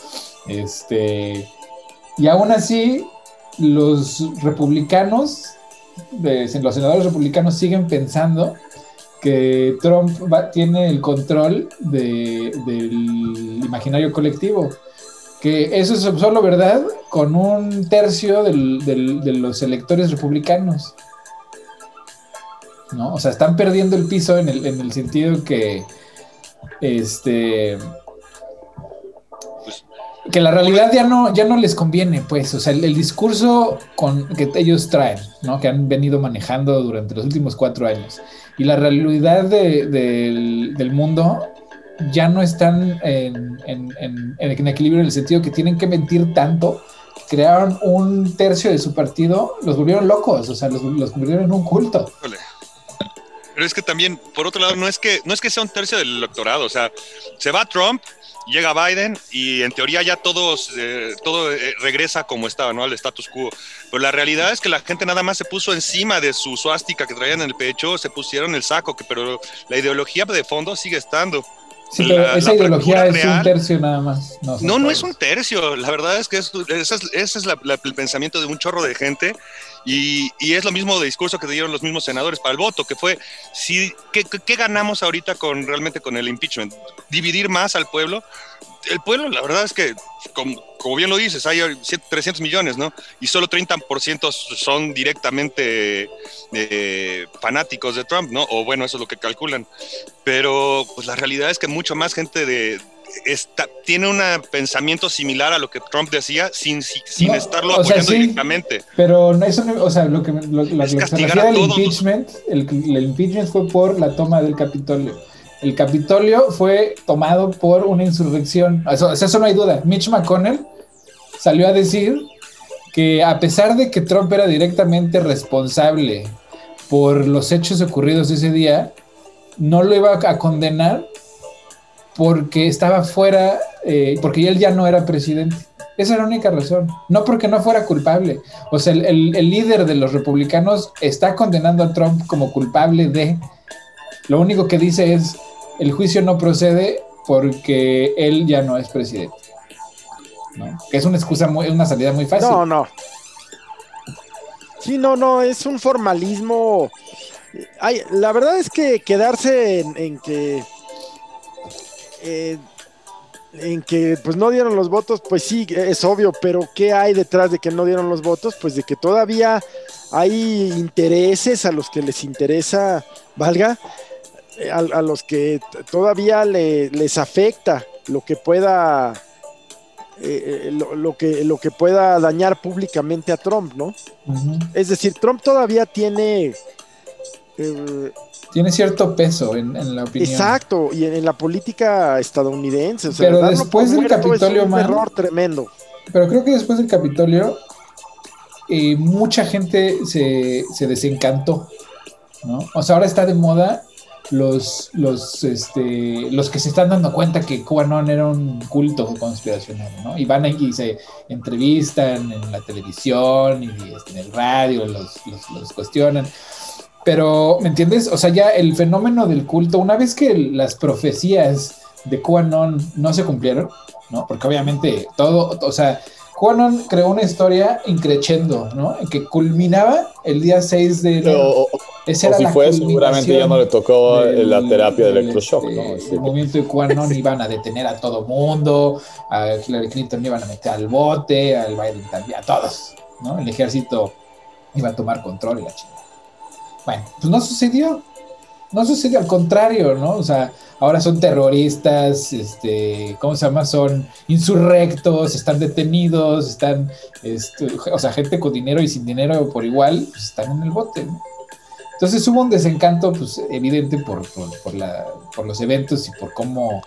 Speaker 2: Y aún así, los republicanos, los senadores republicanos siguen pensando que Trump tiene el control del imaginario colectivo. Que eso es solo verdad con 1/3 de los electores republicanos, ¿no? O sea, están perdiendo el piso en el sentido que que la realidad ya no les conviene, pues. O sea, el discurso que ellos traen, ¿no? Que han venido manejando durante los últimos 4 años, y la realidad del mundo ya no están en equilibrio, en el sentido que tienen que mentir tanto. Crearon 1/3 de su partido, los volvieron locos, o sea, los convirtieron en un culto.
Speaker 3: Pero es que también, por otro lado, no es que sea 1/3 del electorado, o sea, se va Trump, llega Biden y en teoría ya todo regresa como estaba, ¿no? Al status quo. Pero la realidad es que la gente nada más se puso encima de su suástica que traían en el pecho, se pusieron el saco, pero la ideología de fondo sigue estando.
Speaker 2: Sí, pero esa ideología es real, 1/3 nada más.
Speaker 3: No es 1/3. La verdad es que ese es el pensamiento de un chorro de gente y es lo mismo de discurso que dieron los mismos senadores para el voto, que fue, ¿qué ganamos ahorita realmente con el impeachment? ¿Dividir más al pueblo? el pueblo, la verdad es que, como bien lo dices, hay 300 millones, ¿no? Y solo 30% son directamente fanáticos de Trump, ¿no? O bueno, eso es lo que calculan. Pero pues la realidad es que mucha más gente tiene un pensamiento similar a lo que Trump decía sin estarlo apoyando directamente.
Speaker 2: Pero eso no, o sea, lo que se refiere al
Speaker 3: impeachment,
Speaker 2: el impeachment fue por la toma del Capitolio. El Capitolio fue tomado por una insurrección. Eso no hay duda. Mitch McConnell salió a decir que a pesar de que Trump era directamente responsable por los hechos ocurridos ese día, no lo iba a condenar porque estaba fuera, porque él ya no era presidente. Esa era la única razón. No porque no fuera culpable. O sea, el líder de los republicanos está condenando a Trump como culpable de... Lo único que dice es, el juicio no procede porque él ya no es presidente, ¿no? Que es una excusa, una salida muy fácil.
Speaker 1: No. Sí, no, es un formalismo. La verdad es que quedarse en que pues no dieron los votos, pues sí, es obvio, pero ¿qué hay detrás de que no dieron los votos? Pues de que todavía hay intereses a los que les interesa, a los que todavía les afecta lo que pueda lo que pueda dañar públicamente a Trump, ¿no?
Speaker 2: Uh-huh.
Speaker 1: Es decir, Trump todavía tiene
Speaker 2: cierto peso en la opinión.
Speaker 1: Exacto, y en la política estadounidense. O sea,
Speaker 2: pero después del Capitolio,
Speaker 1: es un error tremendo.
Speaker 2: Pero creo que después del Capitolio mucha gente se desencantó, ¿no? O sea, ahora está de moda los que se están dando cuenta que QAnon era un culto conspiracional, ¿no? Y van y se entrevistan en la televisión y en el radio, los cuestionan. Pero, ¿me entiendes? O sea, ya el fenómeno del culto, una vez que las profecías de QAnon no se cumplieron, ¿no? Porque obviamente QAnon creó una historia increchendo, ¿no? Que culminaba el día 6 de enero.
Speaker 4: Esa era la fue, seguramente ya no le tocó la terapia de electroshock, ¿no?
Speaker 2: El movimiento de QAnon iban a detener a todo mundo, a Hillary Clinton iban a meter al bote, al Biden también, a todos, ¿no? El ejército iba a tomar control y la chingada. Bueno, pues no sucedió, al contrario, ¿no? O sea, ahora son terroristas, ¿cómo se llama? Son insurrectos, están detenidos, están, o sea, gente con dinero y sin dinero por igual, pues están en el bote, ¿no? Entonces hubo un desencanto, pues, evidente por los eventos y por cómo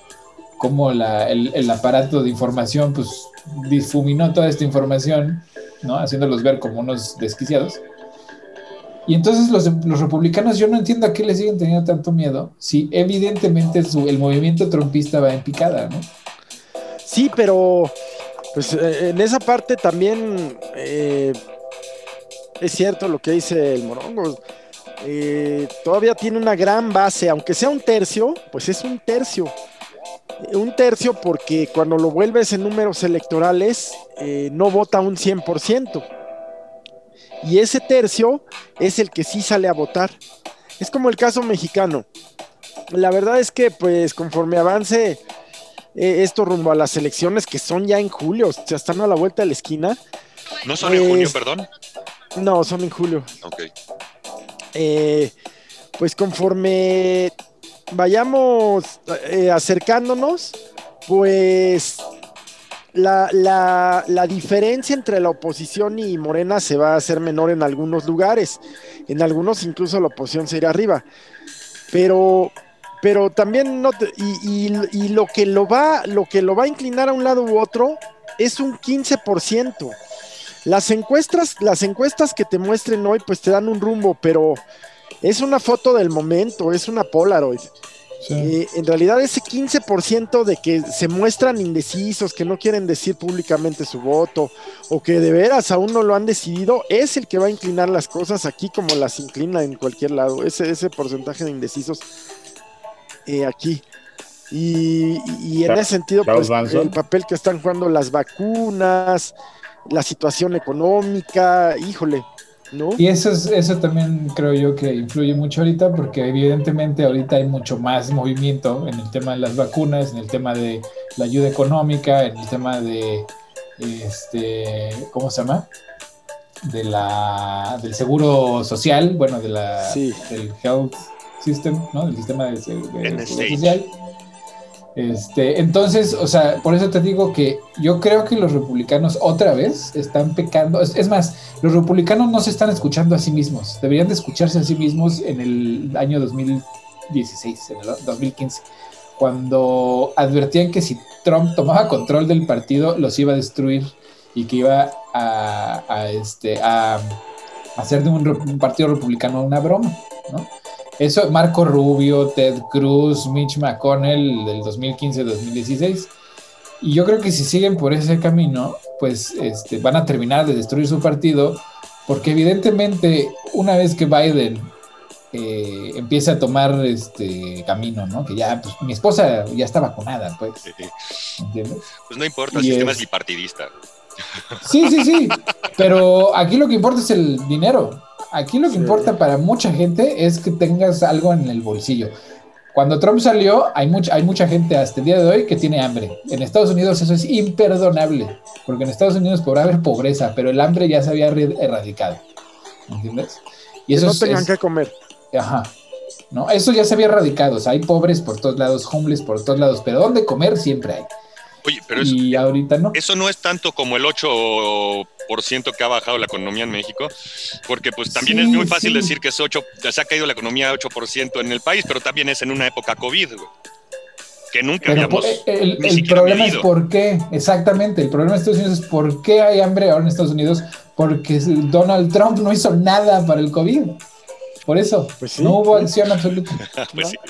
Speaker 2: el aparato de información, pues, difuminó toda esta información, ¿no? Haciéndolos ver como unos desquiciados. Y entonces los republicanos, yo no entiendo a qué le siguen teniendo tanto miedo, si evidentemente el movimiento trumpista va en picada, ¿no?
Speaker 1: Sí, pero pues en esa parte también es cierto lo que dice el Morongo. Todavía tiene una gran base, aunque sea un tercio, pues es un tercio. Un tercio porque cuando lo vuelves en números electorales no vota un 100%. Y ese tercio es el que sí sale a votar. Es como el caso mexicano. La verdad es que pues conforme avance esto rumbo a las elecciones que son ya en julio, o sea, están a la vuelta de la esquina.
Speaker 3: ¿No son en junio, perdón?
Speaker 1: No, son en julio.
Speaker 3: Ok.
Speaker 1: Pues conforme vayamos acercándonos, pues la diferencia entre la oposición y Morena se va a hacer menor en algunos lugares. En algunos incluso la oposición se irá arriba. Pero también y lo que lo va a inclinar a un lado u otro es un 15%. Las encuestas que te muestren hoy pues te dan un rumbo, pero es una foto del momento, es una Polaroid. Sí. En realidad ese 15% de que se muestran indecisos, que no quieren decir públicamente su voto, o que de veras aún no lo han decidido, es el que va a inclinar las cosas aquí como las inclina en cualquier lado, ese porcentaje de indecisos aquí. Y en ese sentido, pues el papel que están jugando las vacunas, la situación económica, híjole. ¿no?
Speaker 2: Y eso también creo yo que influye mucho ahorita, porque evidentemente ahorita hay mucho más movimiento en el tema de las vacunas, en el tema de la ayuda económica, en el tema de, ¿cómo se llama? Del seguro social, bueno,
Speaker 1: Sí.
Speaker 2: del health system, ¿no? Del sistema de seguro
Speaker 3: NSH.
Speaker 2: social. Entonces, o sea, por eso te digo que yo creo que los republicanos otra vez están pecando. Es más, los republicanos no se están escuchando a sí mismos. Deberían de escucharse a sí mismos en el año 2016, en el 2015, cuando advertían que si Trump tomaba control del partido, los iba a destruir y que iba a hacer de un partido republicano una broma, ¿no? Eso, Marco Rubio, Ted Cruz, Mitch McConnell del 2015-2016. Y yo creo que si siguen por ese camino, pues van a terminar de destruir su partido, porque evidentemente una vez que Biden empieza a tomar camino, ¿no? Que ya, pues mi esposa ya está vacunada, pues. ¿Entiendes?
Speaker 3: Pues no importa, el sistema es bipartidista.
Speaker 2: Sí, pero aquí lo que importa es el dinero. Aquí lo que importa para mucha gente es que tengas algo en el bolsillo. Cuando Trump salió, hay mucha gente hasta el día de hoy que tiene hambre. En Estados Unidos eso es imperdonable, porque en Estados Unidos podrá haber pobreza, pero el hambre ya se había erradicado. ¿Entiendes? Y eso
Speaker 1: que no tengan que comer.
Speaker 2: Ajá. No, eso ya se había erradicado. O sea, hay pobres por todos lados, homeless por todos lados, pero donde comer siempre hay.
Speaker 3: Oye, pero
Speaker 2: y ahorita no.
Speaker 3: Eso no es tanto como el 8% que ha bajado la economía en México, porque pues también es muy fácil decir que se ha caído la economía 8% en el país, pero también es en una época COVID, güey, que nunca habíamos
Speaker 2: el problema medido. Es por qué, exactamente, el problema de Estados Unidos es por qué hay hambre ahora en Estados Unidos, porque Donald Trump no hizo nada para el COVID, por eso, pues sí, no hubo acción absoluta.
Speaker 3: Pues sí.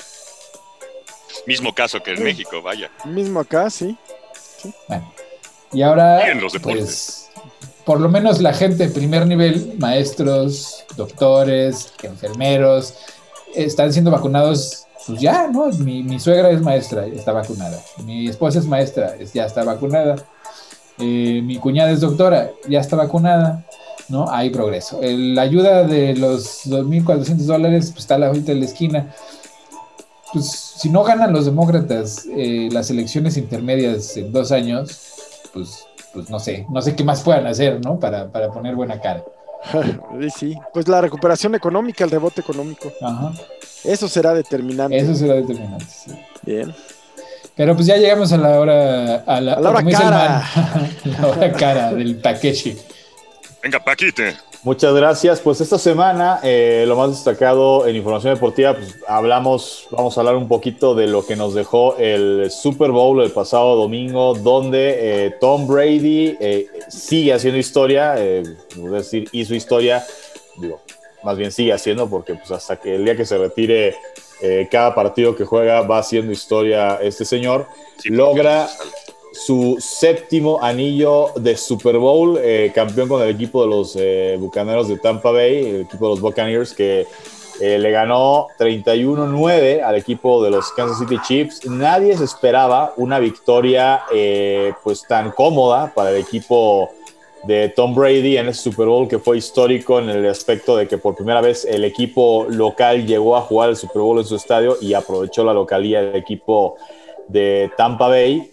Speaker 3: Mismo caso que en México, vaya.
Speaker 1: Mismo acá, sí.
Speaker 2: Bueno, y ahora,
Speaker 3: en los deportes.
Speaker 2: Pues, por lo menos la gente de primer nivel, maestros, doctores, enfermeros, están siendo vacunados, pues ya, ¿no? Mi suegra es maestra, está vacunada. Mi esposa es maestra, ya está vacunada. Mi cuñada es doctora, ya está vacunada, ¿no? Hay progreso. La ayuda de los $2,400, pues está a la vuelta de la esquina. Pues si no ganan los demócratas las elecciones intermedias en 2 años, pues no sé qué más puedan hacer, ¿no? Para poner buena cara.
Speaker 1: Sí, pues la recuperación económica, el rebote económico.
Speaker 2: Ajá.
Speaker 1: Eso será determinante.
Speaker 2: Sí.
Speaker 1: Bien.
Speaker 2: Pero pues ya llegamos a la hora... A la hora
Speaker 1: cara.
Speaker 2: La hora cara del Takeshi.
Speaker 3: Venga, Paquite.
Speaker 4: Muchas gracias. Pues esta semana lo más destacado en información deportiva, pues vamos a hablar un poquito de lo que nos dejó el Super Bowl el pasado domingo, donde Tom Brady sigue haciendo historia, es decir, hizo historia, más bien sigue haciendo, porque pues hasta que el día que se retire cada partido que juega va haciendo historia este señor, sí, logra su 7º anillo de Super Bowl, campeón con el equipo de los Bucaneros de Tampa Bay, el equipo de los Buccaneers, que le ganó 31-9 al equipo de los Kansas City Chiefs. Nadie se esperaba una victoria pues tan cómoda para el equipo de Tom Brady en ese Super Bowl, que fue histórico en el aspecto de que por primera vez el equipo local llegó a jugar el Super Bowl en su estadio y aprovechó la localía del equipo de Tampa Bay.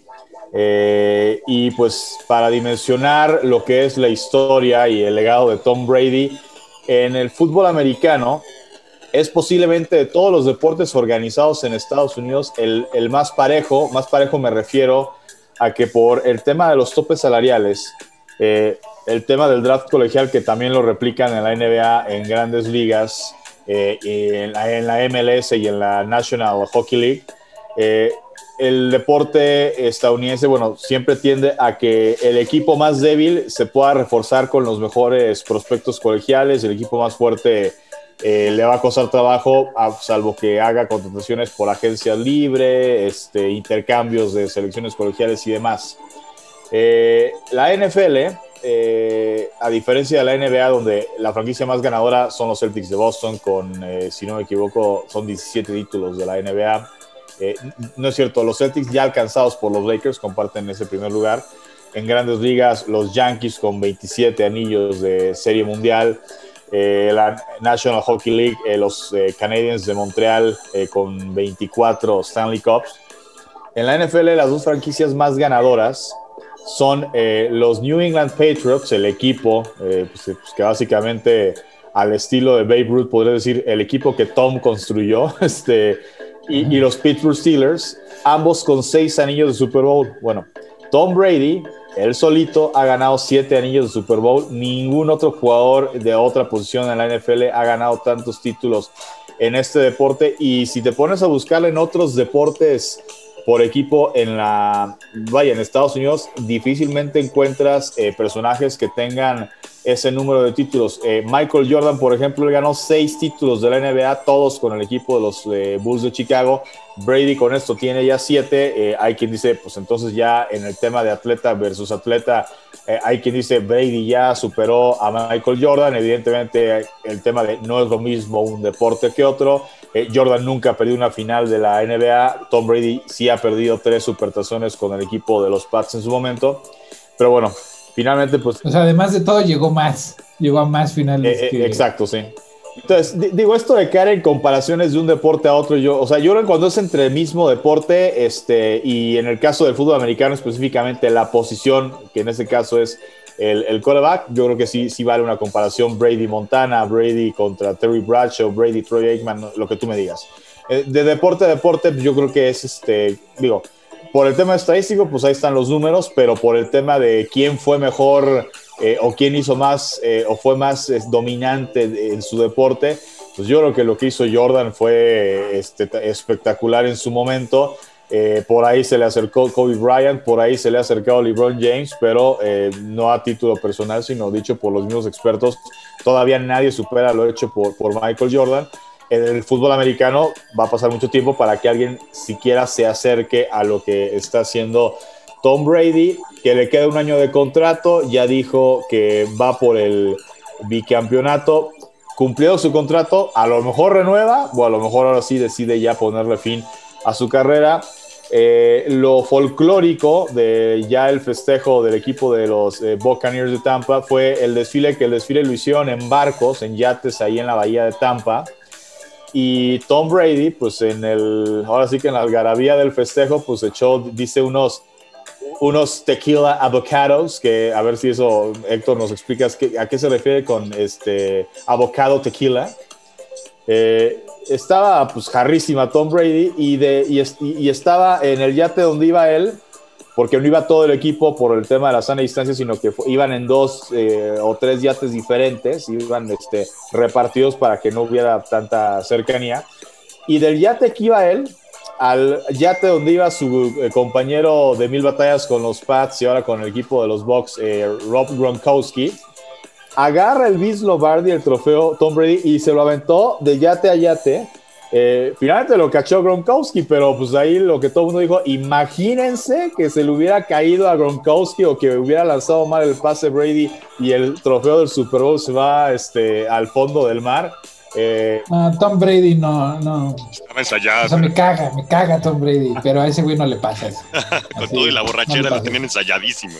Speaker 4: Y pues para dimensionar lo que es la historia y el legado de Tom Brady en el fútbol americano, es posiblemente de todos los deportes organizados en Estados Unidos el más parejo me refiero a que por el tema de los topes salariales, el tema del draft colegial, que también lo replican en la NBA, en grandes ligas, y en la MLS y en la National Hockey League, el deporte estadounidense, siempre tiende a que el equipo más débil se pueda reforzar con los mejores prospectos colegiales, el equipo más fuerte le va a costar trabajo, salvo que haga contrataciones por agencias libres, intercambios de selecciones colegiales y demás. La NFL, a diferencia de la NBA, donde la franquicia más ganadora son los Celtics de Boston, con, si no me equivoco, son 17 títulos de la NBA. No es cierto, los Celtics ya alcanzados por los Lakers comparten ese primer lugar. En grandes ligas, los Yankees con 27 anillos de Serie Mundial. la National Hockey League, los Canadiens de Montreal con 24 Stanley Cups. En la NFL, las dos franquicias más ganadoras son los New England Patriots, el equipo que básicamente al estilo de Babe Ruth, podría decir el equipo que Tom construyó, y los Pittsburgh Steelers, ambos con 6 anillos de Super Bowl. Bueno, Tom Brady, él solito, ha ganado 7 anillos de Super Bowl. Ningún otro jugador de otra posición en la NFL ha ganado tantos títulos en este deporte. Y si te pones a buscarle en otros deportes por equipo en Estados Unidos, difícilmente encuentras personajes que tengan ese número de títulos. Michael Jordan, por ejemplo, él ganó 6 títulos de la NBA, todos con el equipo de los Bulls de Chicago. Brady con esto tiene ya 7. Hay quien dice, pues entonces ya en el tema de atleta versus atleta, hay quien dice Brady ya superó a Michael Jordan. Evidentemente el tema de no es lo mismo un deporte que otro. Jordan nunca ha perdido una final de la NBA. Tom Brady sí ha perdido 3 supertazones con el equipo de los Pats en su momento. Pero bueno, finalmente pues...
Speaker 2: O sea, además de todo llegó a más finales.
Speaker 4: Exacto, sí. Entonces, digo, esto de caer en comparaciones de un deporte a otro, yo creo que cuando es entre el mismo deporte, y en el caso del fútbol americano específicamente la posición, que en este caso es el quarterback, yo creo que sí vale una comparación Brady Montana, Brady contra Terry Bradshaw, Brady Troy Aikman, lo que tú me digas. De deporte a deporte, yo creo que es, por el tema estadístico, pues ahí están los números, pero por el tema de quién fue mejor o quién hizo más o fue más dominante en su deporte, pues yo creo que lo que hizo Jordan fue espectacular en su momento. Por ahí se le acercó Kobe Bryant, por ahí se le ha acercado LeBron James, pero no a título personal, sino dicho por los mismos expertos. Todavía nadie supera lo hecho por Michael Jordan. En el fútbol americano va a pasar mucho tiempo para que alguien siquiera se acerque a lo que está haciendo Tom Brady, que le queda un año de contrato. Ya dijo que va por el bicampeonato. Cumplió su contrato, a lo mejor renueva o a lo mejor ahora sí decide ya ponerle fin a su carrera. Lo folclórico de ya el festejo del equipo de los Buccaneers de Tampa fue el desfile lo hicieron en barcos, en yates ahí en la bahía de Tampa. Y Tom Brady, pues ahora sí que en la algarabía del festejo, pues dice unos tequila avocados, que a ver si eso, Héctor, nos explicas a qué se refiere con avocado tequila. Estaba pues jarrísima Tom Brady y estaba en el yate donde iba él, porque no iba todo el equipo por el tema de la sana distancia, sino que iban en 2 o 3 yates diferentes, iban repartidos para que no hubiera tanta cercanía. Y del yate que iba él al yate donde iba su compañero de 1000 batallas con los Pats y ahora con el equipo de los Bucs, Rob Gronkowski, agarra el Vince Lombardi, el trofeo Tom Brady, y se lo aventó de yate a yate. Finalmente lo cachó Gronkowski, pero pues ahí lo que todo el mundo dijo, imagínense que se le hubiera caído a Gronkowski o que hubiera lanzado mal el pase Brady y el trofeo del Super Bowl se va al fondo del mar.
Speaker 2: Tom Brady no.
Speaker 3: Estaba ensayado.
Speaker 2: O sea, me caga Tom Brady, pero a ese güey no le pasa eso.
Speaker 3: Con
Speaker 2: Así,
Speaker 3: todo y la borrachera
Speaker 2: no
Speaker 3: lo tenían ensayadísimo.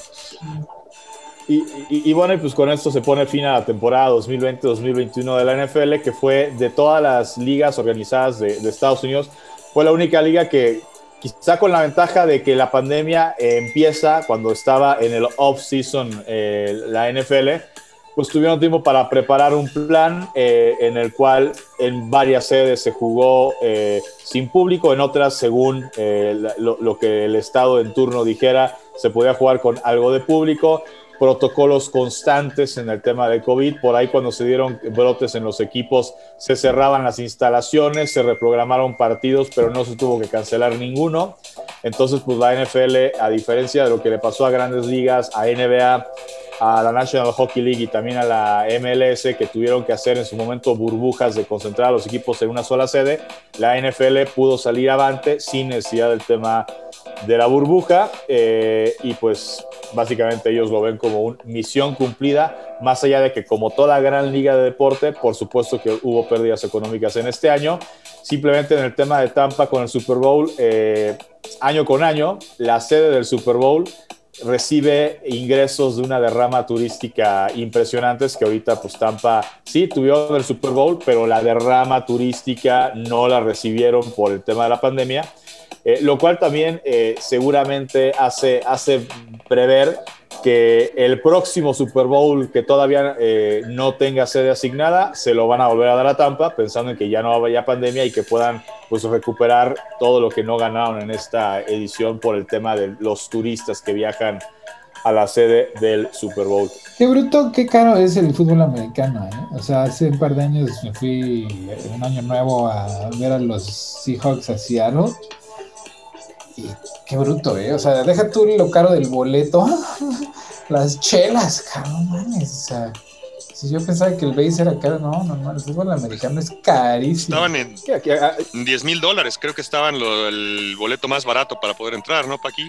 Speaker 4: Y bueno, y pues con esto se pone fin a la temporada 2020-2021 de la NFL, que fue de todas las ligas organizadas de Estados Unidos, fue la única liga que, quizá con la ventaja de que la pandemia empieza cuando estaba en el off-season la NFL, pues tuvieron tiempo para preparar un plan en el cual en varias sedes se jugó sin público, en otras, según lo que el estado en turno dijera, se podía jugar con algo de público. Protocolos constantes en el tema de COVID. Por ahí cuando se dieron brotes en los equipos se cerraban las instalaciones, se reprogramaron partidos, pero no se tuvo que cancelar ninguno. Entonces pues la NFL, a diferencia de lo que le pasó a grandes ligas, a NBA, a la National Hockey League y también a la MLS, que tuvieron que hacer en su momento burbujas de concentrar a los equipos en una sola sede, la NFL pudo salir avante sin necesidad del tema de la burbuja, y pues básicamente ellos lo ven como una misión cumplida, más allá de que como toda gran liga de deporte, por supuesto que hubo pérdidas económicas en este año. Simplemente en el tema de Tampa con el Super Bowl, año con año, la sede del Super Bowl recibe ingresos de una derrama turística impresionantes, que ahorita pues Tampa sí tuvieron el Super Bowl, pero la derrama turística no la recibieron por el tema de la pandemia, lo cual también seguramente hace prever que el próximo Super Bowl, que todavía no tenga sede asignada, se lo van a volver a dar a Tampa, pensando en que ya no haya pandemia y que puedan pues recuperar todo lo que no ganaron en esta edición por el tema de los turistas que viajan a la sede del Super Bowl.
Speaker 2: Qué bruto, qué caro es el fútbol americano, ¿eh? O sea, hace un par de años me fui un año nuevo a ver a los Seahawks a Seattle. Y qué bruto, ¿eh? O sea, deja tú lo caro del boleto. Las chelas, cabrón, mames. O sea, si yo pensaba que el base era caro, no, el fútbol americano es carísimo.
Speaker 3: Estaban en $10,000, creo que estaban el boleto más barato para poder entrar, ¿no, Paqui?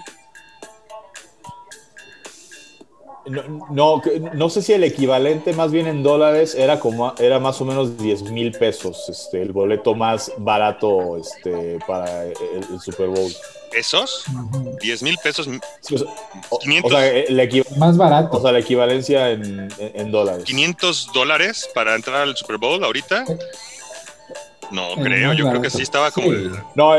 Speaker 4: No sé si el equivalente más bien en dólares era más o menos 10,000 pesos, el boleto más barato para el Super Bowl.
Speaker 3: ¿Esos? 10,000 pesos.
Speaker 4: Sí,
Speaker 3: 500.
Speaker 4: O sea,
Speaker 2: más barato.
Speaker 4: O sea, la equivalencia en dólares.
Speaker 3: $500 para entrar al Super Bowl ahorita. No
Speaker 2: El
Speaker 3: creo,
Speaker 2: más
Speaker 3: yo
Speaker 2: barato.
Speaker 3: creo que sí estaba como
Speaker 4: No,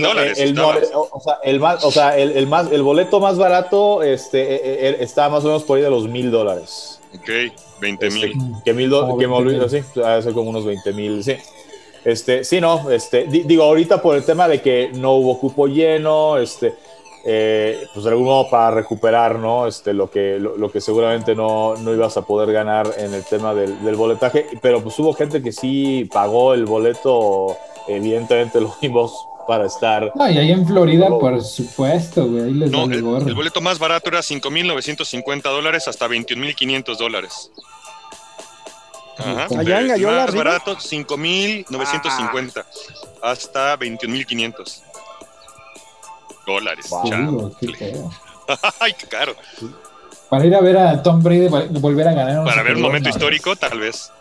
Speaker 3: $10,000.
Speaker 4: el boleto más barato estaba más o menos por ahí de los $1,000.
Speaker 3: Ok, 20,000.
Speaker 4: Que me olvido, sí, hace como unos 20,000, sí. Sí, no, digo, ahorita por el tema de que no hubo cupo lleno, pues de algún modo para recuperar, ¿no? Lo que seguramente no ibas a poder ganar en el tema del boletaje, pero pues hubo gente que sí pagó el boleto, evidentemente lo vimos para estar.
Speaker 2: No, y ahí en Florida, por supuesto, güey, ahí les vale gorro.
Speaker 3: El boleto más barato era $5,950 hasta $21,500. Ajá.
Speaker 1: Allá en Gallola
Speaker 3: más
Speaker 1: arriba.
Speaker 3: barato, $5,950 hasta $21,500.
Speaker 2: Wow, qué feo.
Speaker 3: Ay, qué caro.
Speaker 2: Para ir a ver a Tom Brady volver a ganar.
Speaker 3: Para ver un momento histórico, tal vez.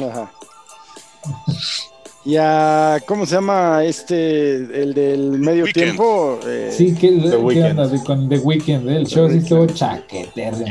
Speaker 1: Y a, ¿cómo se llama el del medio
Speaker 3: Weekend.
Speaker 1: tiempo?
Speaker 2: Sí, ¿qué
Speaker 4: Weeknd.
Speaker 2: onda con The Weeknd? El show sí estuvo chaquetero.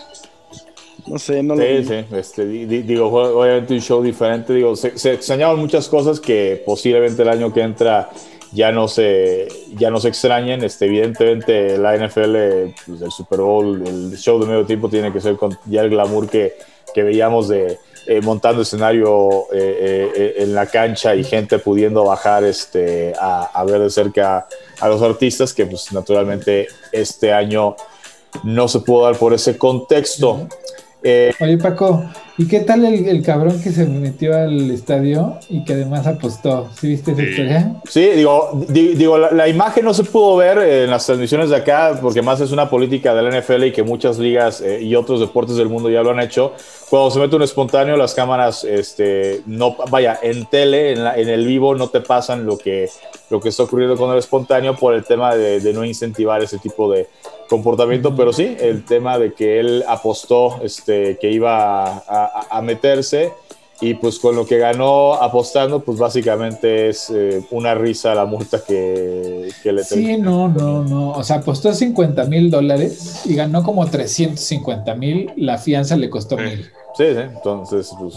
Speaker 1: No sé, no lo vi.
Speaker 4: Sí, digo, obviamente un show diferente, digo, se extrañaban muchas cosas que posiblemente el año que entra ya no se extrañen. Evidentemente la NFL, pues, el Super Bowl, el show de medio tiempo tiene que ser con ya el glamour que veíamos de montando escenario en la cancha y gente pudiendo bajar a ver de cerca a los artistas, que pues naturalmente este año no se pudo dar por ese contexto.
Speaker 2: Oye, Paco, ¿y qué tal el cabrón que se metió al estadio y que además apostó? ¿Sí viste esa historia?
Speaker 4: Sí, digo la imagen no se pudo ver en las transmisiones de acá, porque más es una política de la NFL y que muchas ligas y otros deportes del mundo ya lo han hecho. Cuando se mete un espontáneo, las cámaras, no, vaya, en tele, en el vivo, no te pasan lo que está ocurriendo con el espontáneo por el tema de no incentivar ese tipo de comportamiento, pero sí, el tema de que él apostó que iba a meterse, y pues con lo que ganó apostando, pues básicamente es una risa la multa que le
Speaker 2: Sí, no, o sea, apostó $50,000 y ganó como 350,000, la fianza le costó 1,000.
Speaker 4: Sí, entonces pues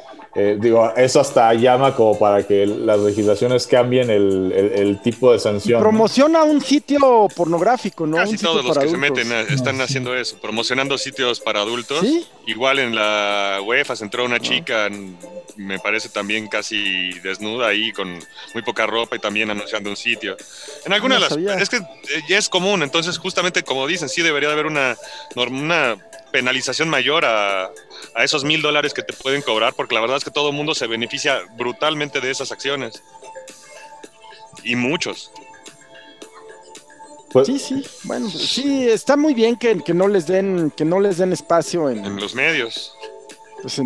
Speaker 4: eso hasta llama como para que las legislaciones cambien el tipo de sanción.
Speaker 1: Promociona un sitio pornográfico, ¿no?
Speaker 3: Casi todos los que se meten están
Speaker 2: sí.
Speaker 3: haciendo eso, promocionando sitios para adultos.
Speaker 1: ¿Sí?
Speaker 3: Igual en la UEFA se entró una chica, me parece también casi desnuda ahí, con muy poca ropa, y también anunciando un sitio. En alguna de las...
Speaker 1: sabía.
Speaker 3: Es que ya es común, entonces justamente como dicen, sí debería de haber una penalización mayor a esos $1,000 que te pueden cobrar, porque la verdad es que todo el mundo se beneficia brutalmente de esas acciones. Y muchos.
Speaker 4: Pues,
Speaker 1: Sí, bueno, sí, está muy bien que no les den espacio
Speaker 3: En los medios.
Speaker 1: pues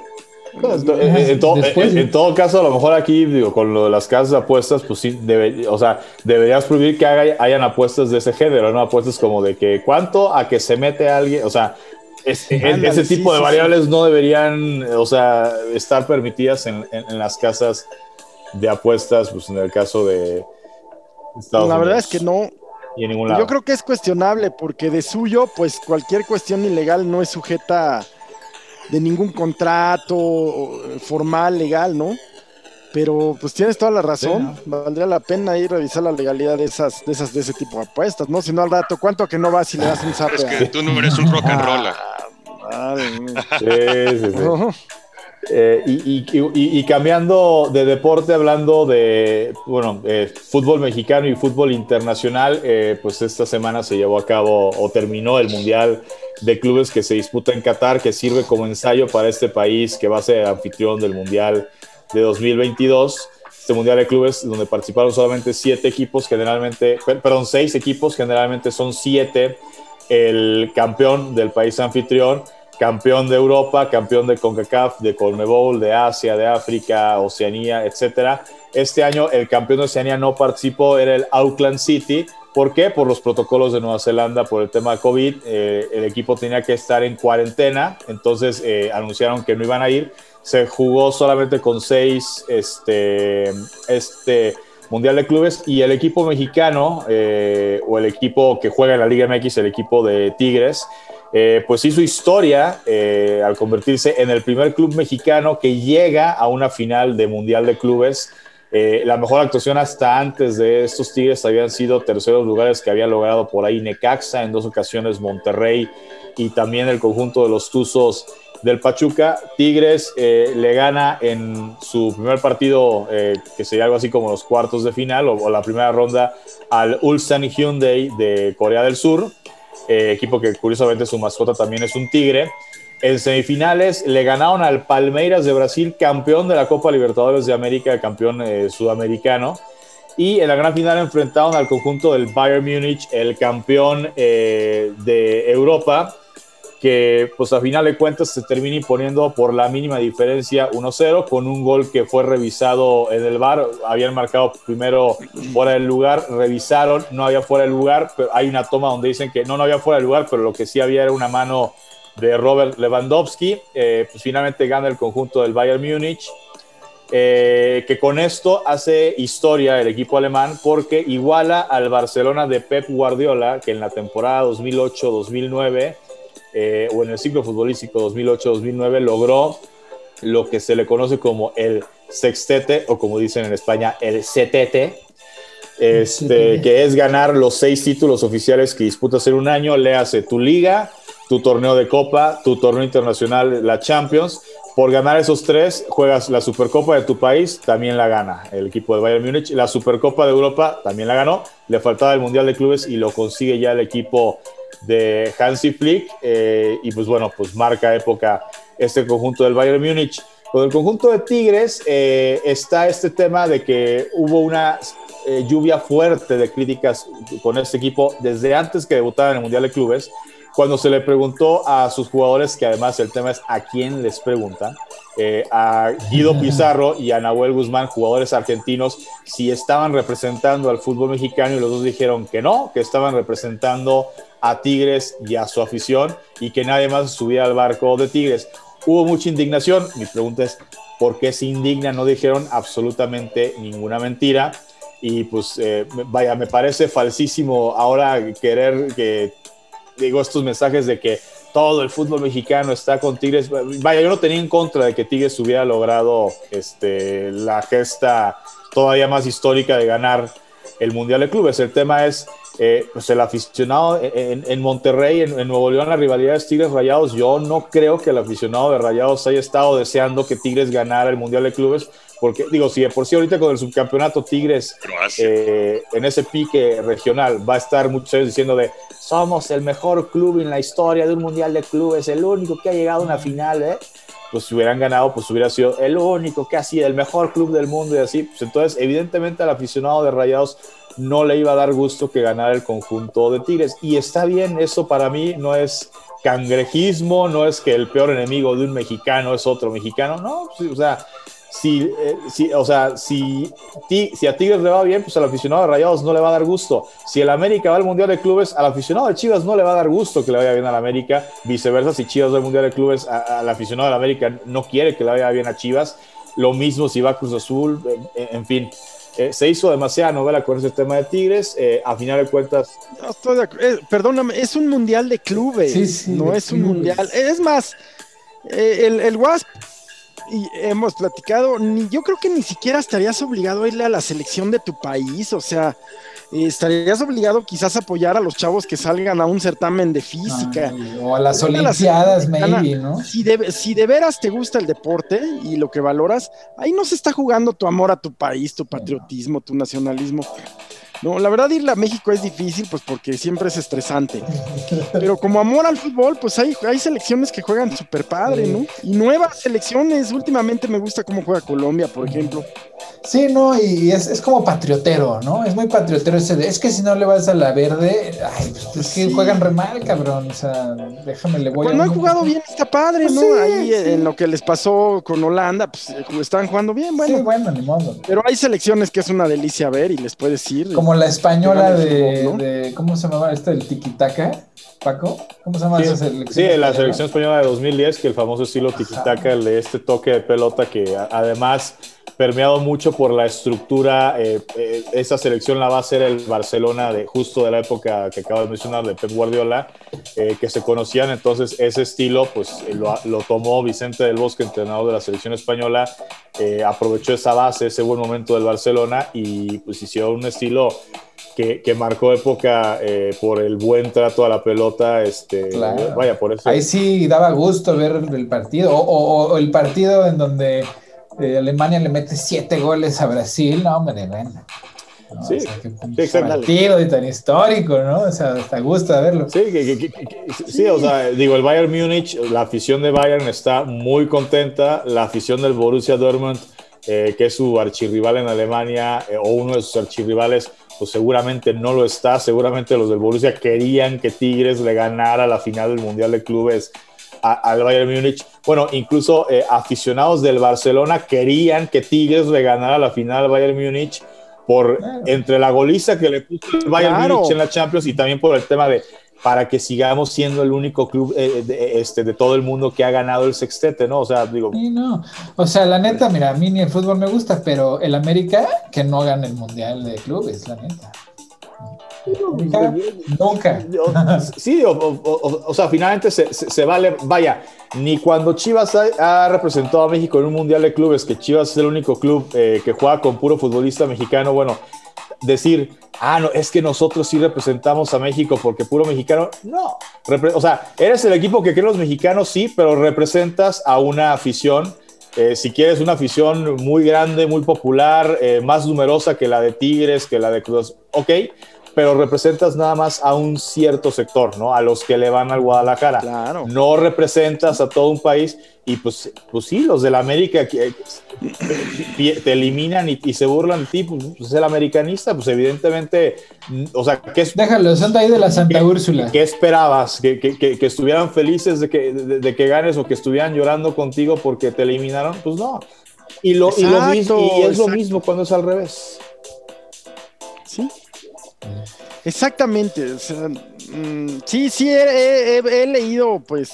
Speaker 4: en todo caso, a lo mejor aquí, digo, con lo de las casas de apuestas, pues sí, deberías prohibir que hayan apuestas de ese género, ¿no? Apuestas como de que cuánto a que se mete alguien, o sea,
Speaker 1: ándale,
Speaker 4: ese tipo de variables
Speaker 1: sí.
Speaker 4: no deberían, o sea, estar permitidas en las casas de apuestas, pues en el caso de Estados
Speaker 1: la verdad
Speaker 4: Unidos.
Speaker 1: es que no.
Speaker 4: y en ningún
Speaker 1: Yo
Speaker 4: lado.
Speaker 1: creo que es cuestionable porque de suyo, pues cualquier cuestión ilegal no es sujeta de ningún contrato formal, legal, ¿no? Pero pues tienes toda la
Speaker 4: Sí,
Speaker 1: razón,
Speaker 4: ¿no?
Speaker 1: valdría la pena ir a revisar la legalidad de ese tipo de apuestas, ¿no? Si no al rato, ¿cuánto que no vas y le das un
Speaker 3: Es
Speaker 1: zape
Speaker 3: que tú no eres un rock and roller.
Speaker 1: madre mía.
Speaker 4: Sí, sí, sí.
Speaker 1: Ujú.
Speaker 4: Y cambiando de deporte, hablando de fútbol mexicano y fútbol internacional, pues esta semana se llevó a cabo o terminó el Mundial de Clubes que se disputa en Qatar, que sirve como ensayo para este país que va a ser anfitrión del Mundial de 2022. Este Mundial de Clubes donde participaron solamente 6 equipos, generalmente son 7 el campeón del país anfitrión, campeón de Europa, campeón de CONCACAF, de CONMEBOL, de Asia, de África, Oceanía, etcétera. Este año el campeón de Oceanía no participó, era el Auckland City. ¿Por qué? Por los protocolos de Nueva Zelanda, por el tema de COVID. El equipo tenía que estar en cuarentena, entonces anunciaron que no iban a ir. Se jugó solamente con 6 Mundial de Clubes, y el equipo mexicano, o el equipo que juega en la Liga MX, el equipo de Tigres, pues hizo historia al convertirse en el primer club mexicano que llega a una final de Mundial de Clubes. La mejor actuación hasta antes de estos Tigres habían sido terceros lugares que había logrado por ahí Necaxa, en 2 ocasiones Monterrey y también el conjunto de los Tuzos del Pachuca. Tigres le gana en su primer partido, que sería algo así como los cuartos de final o la primera ronda, al Ulsan Hyundai de Corea del Sur, equipo que curiosamente su mascota también es un tigre. En semifinales le ganaron al Palmeiras de Brasil, campeón de la Copa Libertadores de América, campeón sudamericano. Y en la gran final enfrentaron al conjunto del Bayern Múnich, el campeón de Europa, que pues a final de cuentas se termina imponiendo por la mínima diferencia 1-0, con un gol que fue revisado en el VAR. Habían marcado primero fuera del lugar, revisaron, no había fuera del lugar, pero hay una toma donde dicen que no había fuera del lugar, pero lo que sí había era una mano de Robert Lewandowski. Pues finalmente gana el conjunto del Bayern Múnich, que con esto hace historia el equipo alemán, porque iguala al Barcelona de Pep Guardiola, que en la temporada 2008-2009, o en el ciclo futbolístico 2008-2009, logró lo que se le conoce como el sextete, o como dicen en España, el setete, que es ganar los 6 títulos oficiales que disputas en un año. Léase tu liga, tu torneo de copa, tu torneo internacional, la Champions. Por ganar esos 3, juegas la Supercopa de tu país, también la gana el equipo de Bayern Múnich. La Supercopa de Europa también la ganó. Le faltaba el Mundial de Clubes y lo consigue ya el equipo de Hansi Flick, y pues bueno, pues marca época este conjunto del Bayern Múnich. Con el conjunto de Tigres está este tema de que hubo una lluvia fuerte de críticas con este equipo desde antes que debutara en el Mundial de Clubes, cuando se le preguntó a sus jugadores, que además el tema es a quién les preguntan, a Guido Pizarro y a Nahuel Guzmán, jugadores argentinos, si estaban representando al fútbol mexicano, y los dos dijeron que no, que estaban representando a Tigres y a su afición, y que nadie más subiera al barco de Tigres. Hubo mucha indignación. Mi pregunta es, ¿por qué se indignan? No dijeron absolutamente ninguna mentira. Y pues vaya, me parece falsísimo ahora querer que digo estos mensajes de que todo el fútbol mexicano está con Tigres. Vaya, yo no tenía en contra de que Tigres hubiera logrado la gesta todavía más histórica de ganar el Mundial de Clubes. El tema es pues el aficionado en Monterrey, en Nuevo León, la rivalidad es Tigres-Rayados. Yo no creo que el aficionado de Rayados haya estado deseando que Tigres ganara el Mundial de Clubes, porque digo, si de por sí ahorita con el subcampeonato Tigres en ese pique regional va a estar muchos años diciendo de somos el mejor club en la historia de un Mundial de Clubes, el único que ha llegado a una final, pues si hubieran ganado, pues hubiera sido el único que ha sido el mejor club del mundo y así. Pues entonces evidentemente al aficionado de Rayados no le iba a dar gusto que ganara el conjunto de Tigres, y está bien. Eso para mí no es cangrejismo, no es que el peor enemigo de un mexicano es otro mexicano, no, o sea, si a Tigres le va bien, pues al aficionado de Rayados no le va a dar gusto. Si el América va al Mundial de Clubes, al aficionado de Chivas no le va a dar gusto que le vaya bien al América. Viceversa, si Chivas va al Mundial de Clubes, al aficionado del América no quiere que le vaya bien a Chivas. Lo mismo si va a Cruz Azul, en fin. se hizo demasiada novela con ese tema de Tigres. A final de cuentas,
Speaker 1: No estoy de perdóname, es un mundial de clubes,
Speaker 2: Sí,
Speaker 1: no
Speaker 2: de
Speaker 1: es un
Speaker 2: clubes.
Speaker 1: mundial. Es más, el Wasp, y hemos platicado, yo creo que ni siquiera estarías obligado a irle a la selección de tu país, o sea, estarías obligado quizás a apoyar a los chavos que salgan a un certamen de física.
Speaker 2: O a las
Speaker 1: Irle a la
Speaker 2: Olimpiadas,
Speaker 1: selección mexicana.
Speaker 2: maybe, ¿no?
Speaker 1: Si de veras te gusta el deporte y lo que valoras, ahí no se está jugando tu amor a tu país, tu patriotismo, tu nacionalismo. No, la verdad irle a México es difícil, pues porque siempre es estresante. Pero como amor al fútbol, pues hay selecciones que juegan súper padre, ¿no? Y nuevas selecciones. Últimamente me gusta cómo juega Colombia, por ejemplo.
Speaker 2: Sí, no, y es como patriotero, ¿no? Es muy patriotero ese de, es que si no le vas a la verde, ay, pues es que
Speaker 1: Sí.
Speaker 2: juegan re mal, cabrón, o sea, déjame, le voy
Speaker 1: Cuando
Speaker 2: a
Speaker 1: han
Speaker 2: uno
Speaker 1: jugado
Speaker 2: que-
Speaker 1: bien está padre,
Speaker 2: Pues
Speaker 1: ¿no?
Speaker 2: sí,
Speaker 1: Ahí
Speaker 2: sí.
Speaker 1: en lo que les pasó con Holanda, pues estaban jugando bien, bueno.
Speaker 2: Sí, bueno, ni modo.
Speaker 1: Pero hay selecciones que es una delicia ver y les puedes ir.
Speaker 2: Como la española
Speaker 1: Que gane el fútbol, ¿no?
Speaker 2: de ¿cómo se llamaba esto? El tiki-taka, Paco, ¿cómo se llama esa selección?
Speaker 4: sí, la
Speaker 2: española?
Speaker 4: selección española de 2010, que el famoso estilo tiki-taka, el de este toque de pelota que además permeado mucho por la estructura, esa selección la va a hacer el Barcelona justo de la época que acabo de mencionar de Pep Guardiola, que se conocían. Entonces ese estilo pues lo tomó Vicente del Bosque, entrenador de la selección española, aprovechó esa base, ese buen momento del Barcelona y pues hicieron un estilo que marcó época por el buen trato a la pelota.
Speaker 2: Claro.
Speaker 4: Vaya, por eso.
Speaker 2: Ahí sí daba gusto ver el partido, o el partido en donde Alemania le mete 7 goles a Brasil, no, hombre, bueno. No,
Speaker 4: Sí,
Speaker 2: o sea, qué
Speaker 4: sí, exacto.
Speaker 2: partido y tan histórico, ¿no? O sea, hasta gusta verlo.
Speaker 4: Sí, sí, o sea, digo, el Bayern Múnich, la afición de Bayern está muy contenta, la afición del Borussia Dortmund, que es su archirrival en Alemania, o uno de sus archirrivales, pues seguramente no lo está. Seguramente los del Borussia querían que Tigres le ganara la final del Mundial de Clubes al Bayern Múnich. Bueno, incluso aficionados del Barcelona querían que Tigres le ganara la final al Bayern Múnich entre la goliza que le puso el Bayern Múnich en la Champions y también por el tema de para que sigamos siendo el único club de todo el mundo que ha ganado el sextete, ¿no? O sea, digo...
Speaker 2: Sí, no. O sea, la neta, mira, a mí ni el fútbol me gusta, pero el América que no gane el Mundial de Clubes, la neta. Nunca.
Speaker 4: Sí, o sea, finalmente se vale. Vaya, ni cuando Chivas ha representado a México en un Mundial de Clubes, que Chivas es el único club que juega con puro futbolista mexicano, bueno, decir, no, es que nosotros sí representamos a México porque puro mexicano, no. O sea, eres el equipo que creen los mexicanos, sí, pero representas a una afición. Si quieres una afición muy grande, muy popular, más numerosa que la de Tigres, que la de Cruz, ok, pero representas nada más a un cierto sector, ¿no? A los que le van al Guadalajara.
Speaker 1: Claro.
Speaker 4: No representas a todo un país y pues sí, los del América te eliminan y se burlan de ti, pues el americanista, pues evidentemente, o sea,
Speaker 2: déjalo, son de ahí de la Santa Úrsula.
Speaker 4: ¿Qué esperabas? ¿Que estuvieran felices de que ganes o que estuvieran llorando contigo porque te eliminaron? Pues no. Y es lo mismo cuando es al revés.
Speaker 1: Sí. Exactamente, o sea, sí, he leído, pues,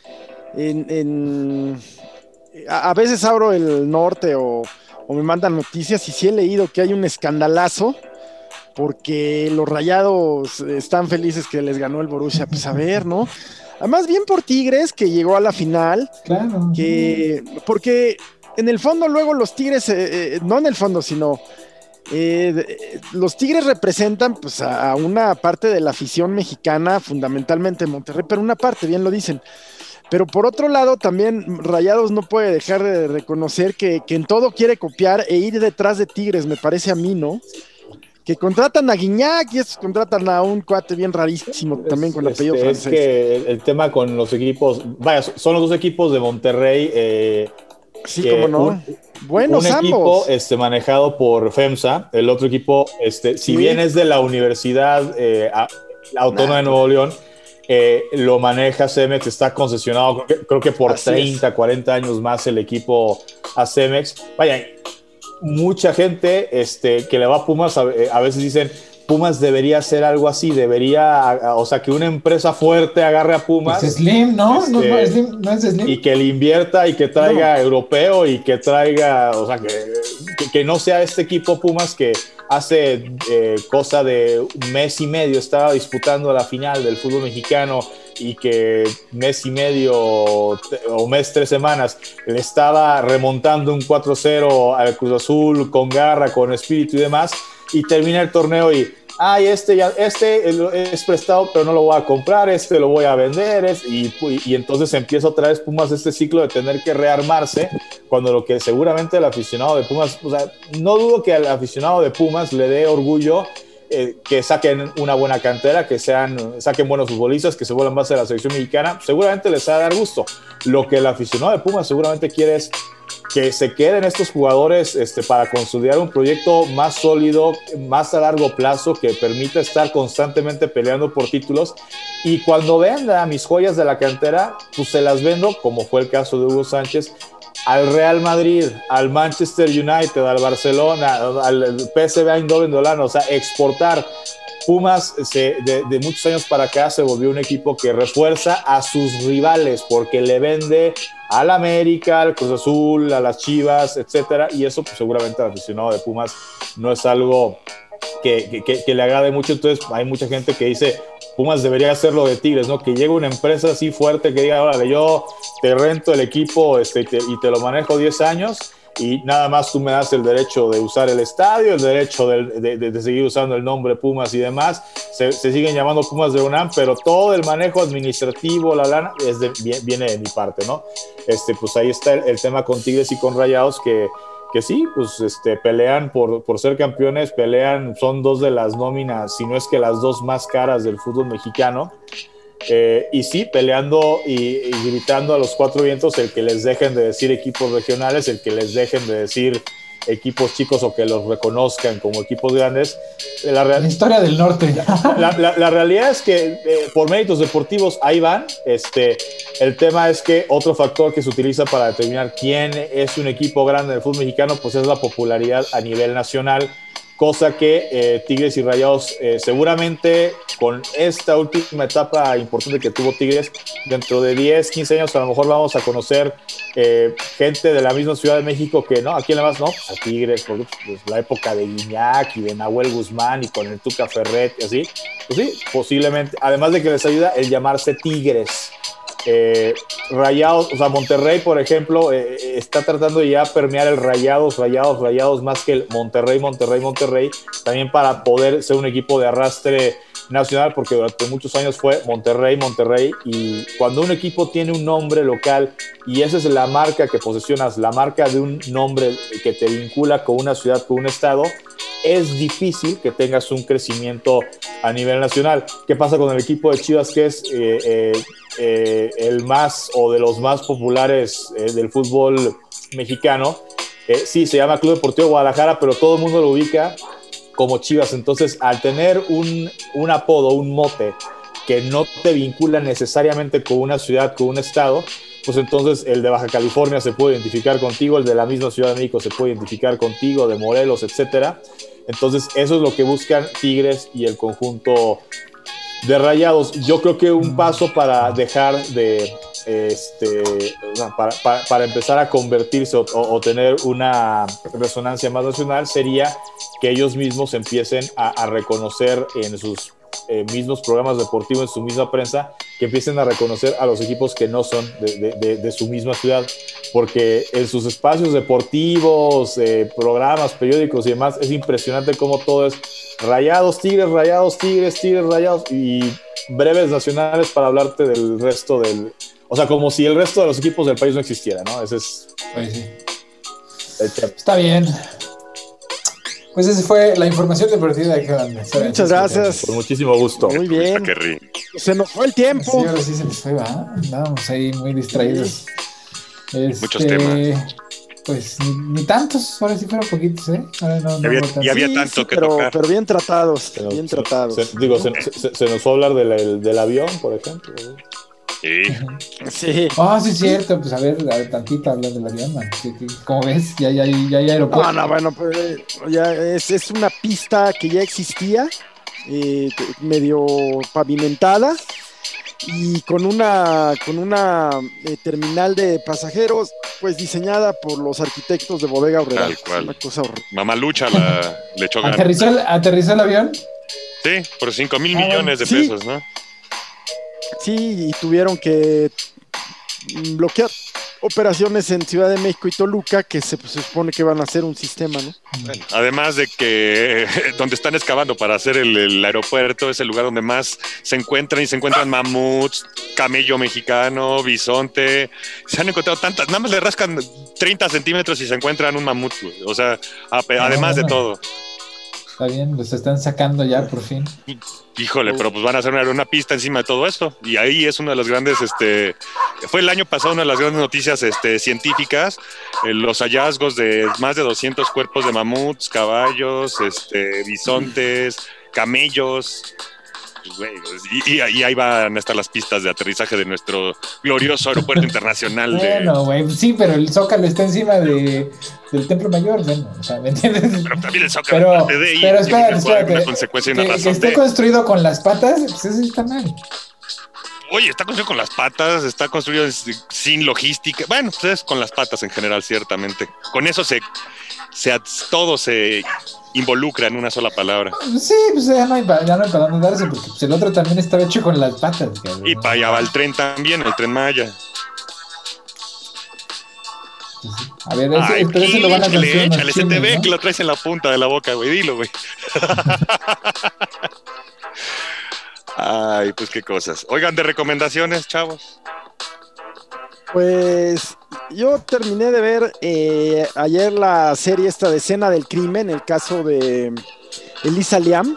Speaker 1: a veces abro el Norte o me mandan noticias y sí he leído que hay un escandalazo porque los Rayados están felices que les ganó el Borussia, pues a ver, ¿no? Además, bien por Tigres, que llegó a la final,
Speaker 2: claro,
Speaker 1: porque en el fondo luego los Tigres, no en el fondo, sino... los Tigres representan pues a una parte de la afición mexicana, fundamentalmente Monterrey, pero una parte, bien lo dicen. Pero por otro lado, también Rayados no puede dejar de reconocer que en todo quiere copiar e ir detrás de Tigres, me parece a mí, ¿no? Que contratan a Guiñac y estos contratan a un cuate bien rarísimo también con apellido francés.
Speaker 4: Es que el tema con los equipos, vaya, son los dos equipos de Monterrey.
Speaker 1: Sí, cómo no. Buenos
Speaker 4: un
Speaker 1: ambos.
Speaker 4: equipo manejado por FEMSA, el otro equipo, si bien es de la Universidad Autónoma de Nuevo León, lo maneja Cemex, está concesionado, creo que por 30, 40 años más el equipo a Cemex. Vaya, mucha gente que le va a Pumas, a veces dicen, Pumas debería hacer algo así, o sea, que una empresa fuerte agarre a Pumas.
Speaker 2: Es Slim, ¿no? No es Slim.
Speaker 4: Y que le invierta y que traiga europeo y que traiga, o sea, que no sea este equipo Pumas que hace cosa de un mes y medio estaba disputando la final del fútbol mexicano y que mes y medio o mes 3 semanas le estaba remontando un 4-0 al Cruz Azul con garra, con espíritu y demás, y termina el torneo y este es prestado, pero no lo voy a comprar, lo voy a vender, y entonces empieza otra vez Pumas este ciclo de tener que rearmarse, cuando lo que seguramente el aficionado de Pumas, o sea, no dudo que al aficionado de Pumas le dé orgullo que saquen una buena cantera, que saquen buenos futbolistas, que se vuelvan base de la selección mexicana, seguramente les va a dar gusto. Lo que el aficionado de Pumas seguramente quiere es que se queden estos jugadores para consolidar un proyecto más sólido, más a largo plazo, que permita estar constantemente peleando por títulos, y cuando venda mis joyas de la cantera, pues se las vendo, como fue el caso de Hugo Sánchez, al Real Madrid, al Manchester United, al Barcelona, al PSV Eindhoven de Holanda. O sea, exportar. Pumas de muchos años para acá se volvió un equipo que refuerza a sus rivales, porque le vende al América, al Cruz Azul, a las Chivas, etcétera, y eso pues, seguramente al aficionado de Pumas no es algo que le agrade mucho. Entonces hay mucha gente que dice Pumas debería hacerlo de Tigres, ¿no? Que llegue una empresa así fuerte que diga, órale, yo te rento el equipo y te lo manejo 10 años y nada más tú me das el derecho de usar el estadio, el derecho de seguir usando el nombre Pumas y demás. Se siguen llamando Pumas de UNAM, pero todo el manejo administrativo, la lana, viene de mi parte, ¿no? Pues ahí está el tema con Tigres y con Rayados, que sí, pues pelean por ser campeones, son 2 de las nóminas, si no es que las 2 más caras del fútbol mexicano, y sí, peleando y gritando a los 4 vientos el que les dejen de decir equipos regionales, el que les dejen de decir equipos chicos o que los reconozcan como equipos grandes.
Speaker 2: La historia del norte.
Speaker 4: La realidad es que por méritos deportivos ahí van. El tema es que otro factor que se utiliza para determinar quién es un equipo grande del fútbol mexicano, pues es la popularidad a nivel nacional, cosa que Tigres y Rayados seguramente con esta última etapa importante que tuvo Tigres, dentro de 10, 15 años a lo mejor vamos a conocer gente de la misma Ciudad de México que, ¿no? ¿A quién le vas? No, a Tigres, por pues, la época de Guiñac y de Nahuel Guzmán y con el Tuca Ferret y así. Pues sí, posiblemente, además de que les ayuda el llamarse Tigres. Rayados, o sea, Monterrey, por ejemplo, está tratando de ya permear el Rayados más que el Monterrey, también para poder ser un equipo de arrastre nacional, porque durante muchos años fue Monterrey, y cuando un equipo tiene un nombre local y esa es la marca que posesionas, la marca de un nombre que te vincula con una ciudad, con un estado, es difícil que tengas un crecimiento a nivel nacional. ¿Qué pasa con el equipo de Chivas, que es el más o de los más populares del fútbol mexicano? Sí, se llama Club Deportivo Guadalajara, pero todo el mundo lo ubica como Chivas. Entonces, al tener un apodo, un mote que no te vincula necesariamente con una ciudad, con un estado, pues entonces el de Baja California se puede identificar contigo, el de la misma Ciudad de México se puede identificar contigo, de Morelos, etcétera. Entonces, eso es lo que buscan Tigres y el conjunto de Rayados. Yo creo que un paso para dejar de para empezar a convertirse o tener una resonancia más nacional sería que ellos mismos empiecen a reconocer en sus mismos programas deportivos, en su misma prensa, que empiecen a reconocer a los equipos que no son de su misma ciudad, porque en sus espacios deportivos, programas, periódicos y demás, es impresionante cómo todo es Rayados, Tigres, Rayados, Tigres, Rayados, y breves nacionales para hablarte del resto o sea, como si el resto de los equipos del país no existiera, ¿no? Ese es...
Speaker 2: Pues sí. Está bien. Pues esa fue la información deportiva de Kevin.
Speaker 1: Muchas gracias.
Speaker 4: Con muchísimo gusto.
Speaker 1: Muy bien. Se nos fue el tiempo.
Speaker 2: Sí, ahora sí se nos fue, ¿verdad? Andábamos ahí muy distraídos.
Speaker 3: Muchos temas.
Speaker 2: Pues ni tantos, ahora sí fueron poquitos, ¿eh? Ahora no
Speaker 3: había tanto que tocar.
Speaker 1: Pero bien tratados,
Speaker 4: se nos fue a hablar del avión, por ejemplo.
Speaker 3: Sí.
Speaker 1: Sí.
Speaker 2: Sí, es cierto. Pues a ver tantito hablar del avión, man. ¿Cómo ves? Ya hay aeropuerto.
Speaker 1: No, bueno, pues ya es una pista que ya existía, medio pavimentada, y con una terminal de pasajeros, pues diseñada por los arquitectos de Bodega Aurrera.
Speaker 3: Tal cual.
Speaker 1: Una cosa horrible.
Speaker 3: Mamalucha le echó ganas.
Speaker 2: ¿Aterrizó el avión?
Speaker 3: Sí, por 5,000 millones de
Speaker 1: Sí.
Speaker 3: pesos, ¿no?
Speaker 1: Sí, y tuvieron que bloquear operaciones en Ciudad de México y Toluca, que se supone que van a hacer un sistema, ¿no?
Speaker 3: Bueno, además de que donde están excavando para hacer el aeropuerto es el lugar donde más se encuentran mamuts, camello mexicano, bisonte. Se han encontrado tantas, nada más le rascan 30 centímetros y se encuentran un mamut, güey. O sea, además de todo.
Speaker 2: Está bien, los están sacando ya por fin.
Speaker 3: Híjole, pero pues van a hacer una pista encima de todo esto. Y ahí es una de las grandes, fue el año pasado una de las grandes noticias científicas, los hallazgos de más de 200 cuerpos de mamuts, caballos, bisontes, camellos. Pues, güey, y ahí van a estar las pistas de aterrizaje de nuestro glorioso aeropuerto internacional.
Speaker 2: Bueno, güey, sí, pero el Zócalo está encima del Templo Mayor, bueno, o sea, ¿me entiendes?
Speaker 3: Pero también el Zócalo parte de ahí.
Speaker 2: Pero espérate.
Speaker 3: Una consecuencia y una razón
Speaker 2: que esté construido con las patas, pues eso está mal.
Speaker 3: Oye, está construido con las patas, está construido sin logística. Bueno, pues es con las patas en general, ciertamente. Con eso todo se involucra en una sola palabra.
Speaker 2: Sí, pues ya no hay para dónde darse, porque pues, el otro también estaba hecho con las patas. Cabrón.
Speaker 3: Y para allá va el tren también, el Tren Maya.
Speaker 2: A ver, pero ese lo van a construir.
Speaker 3: Échale, se te ve, ¿no? Que lo traes en la punta de la boca, güey, dilo, güey. Ay, pues qué cosas. Oigan, de recomendaciones, chavos.
Speaker 1: Pues yo terminé de ver ayer la serie esta de Escena del Crimen, el caso de Elisa Lam,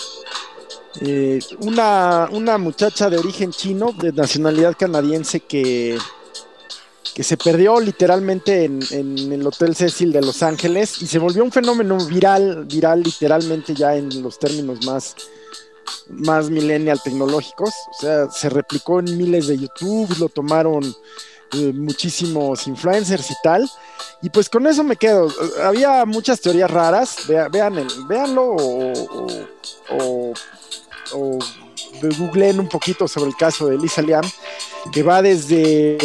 Speaker 1: una muchacha de origen chino, de nacionalidad canadiense que se perdió literalmente en el Hotel Cecil de Los Ángeles y se volvió un fenómeno viral literalmente ya en los términos más millennial tecnológicos. O sea, se replicó en miles de YouTube, lo tomaron muchísimos influencers y tal, y pues con eso me quedo. Había muchas teorías raras, véanlo o googleen un poquito sobre el caso de Elisa Lam, que va desde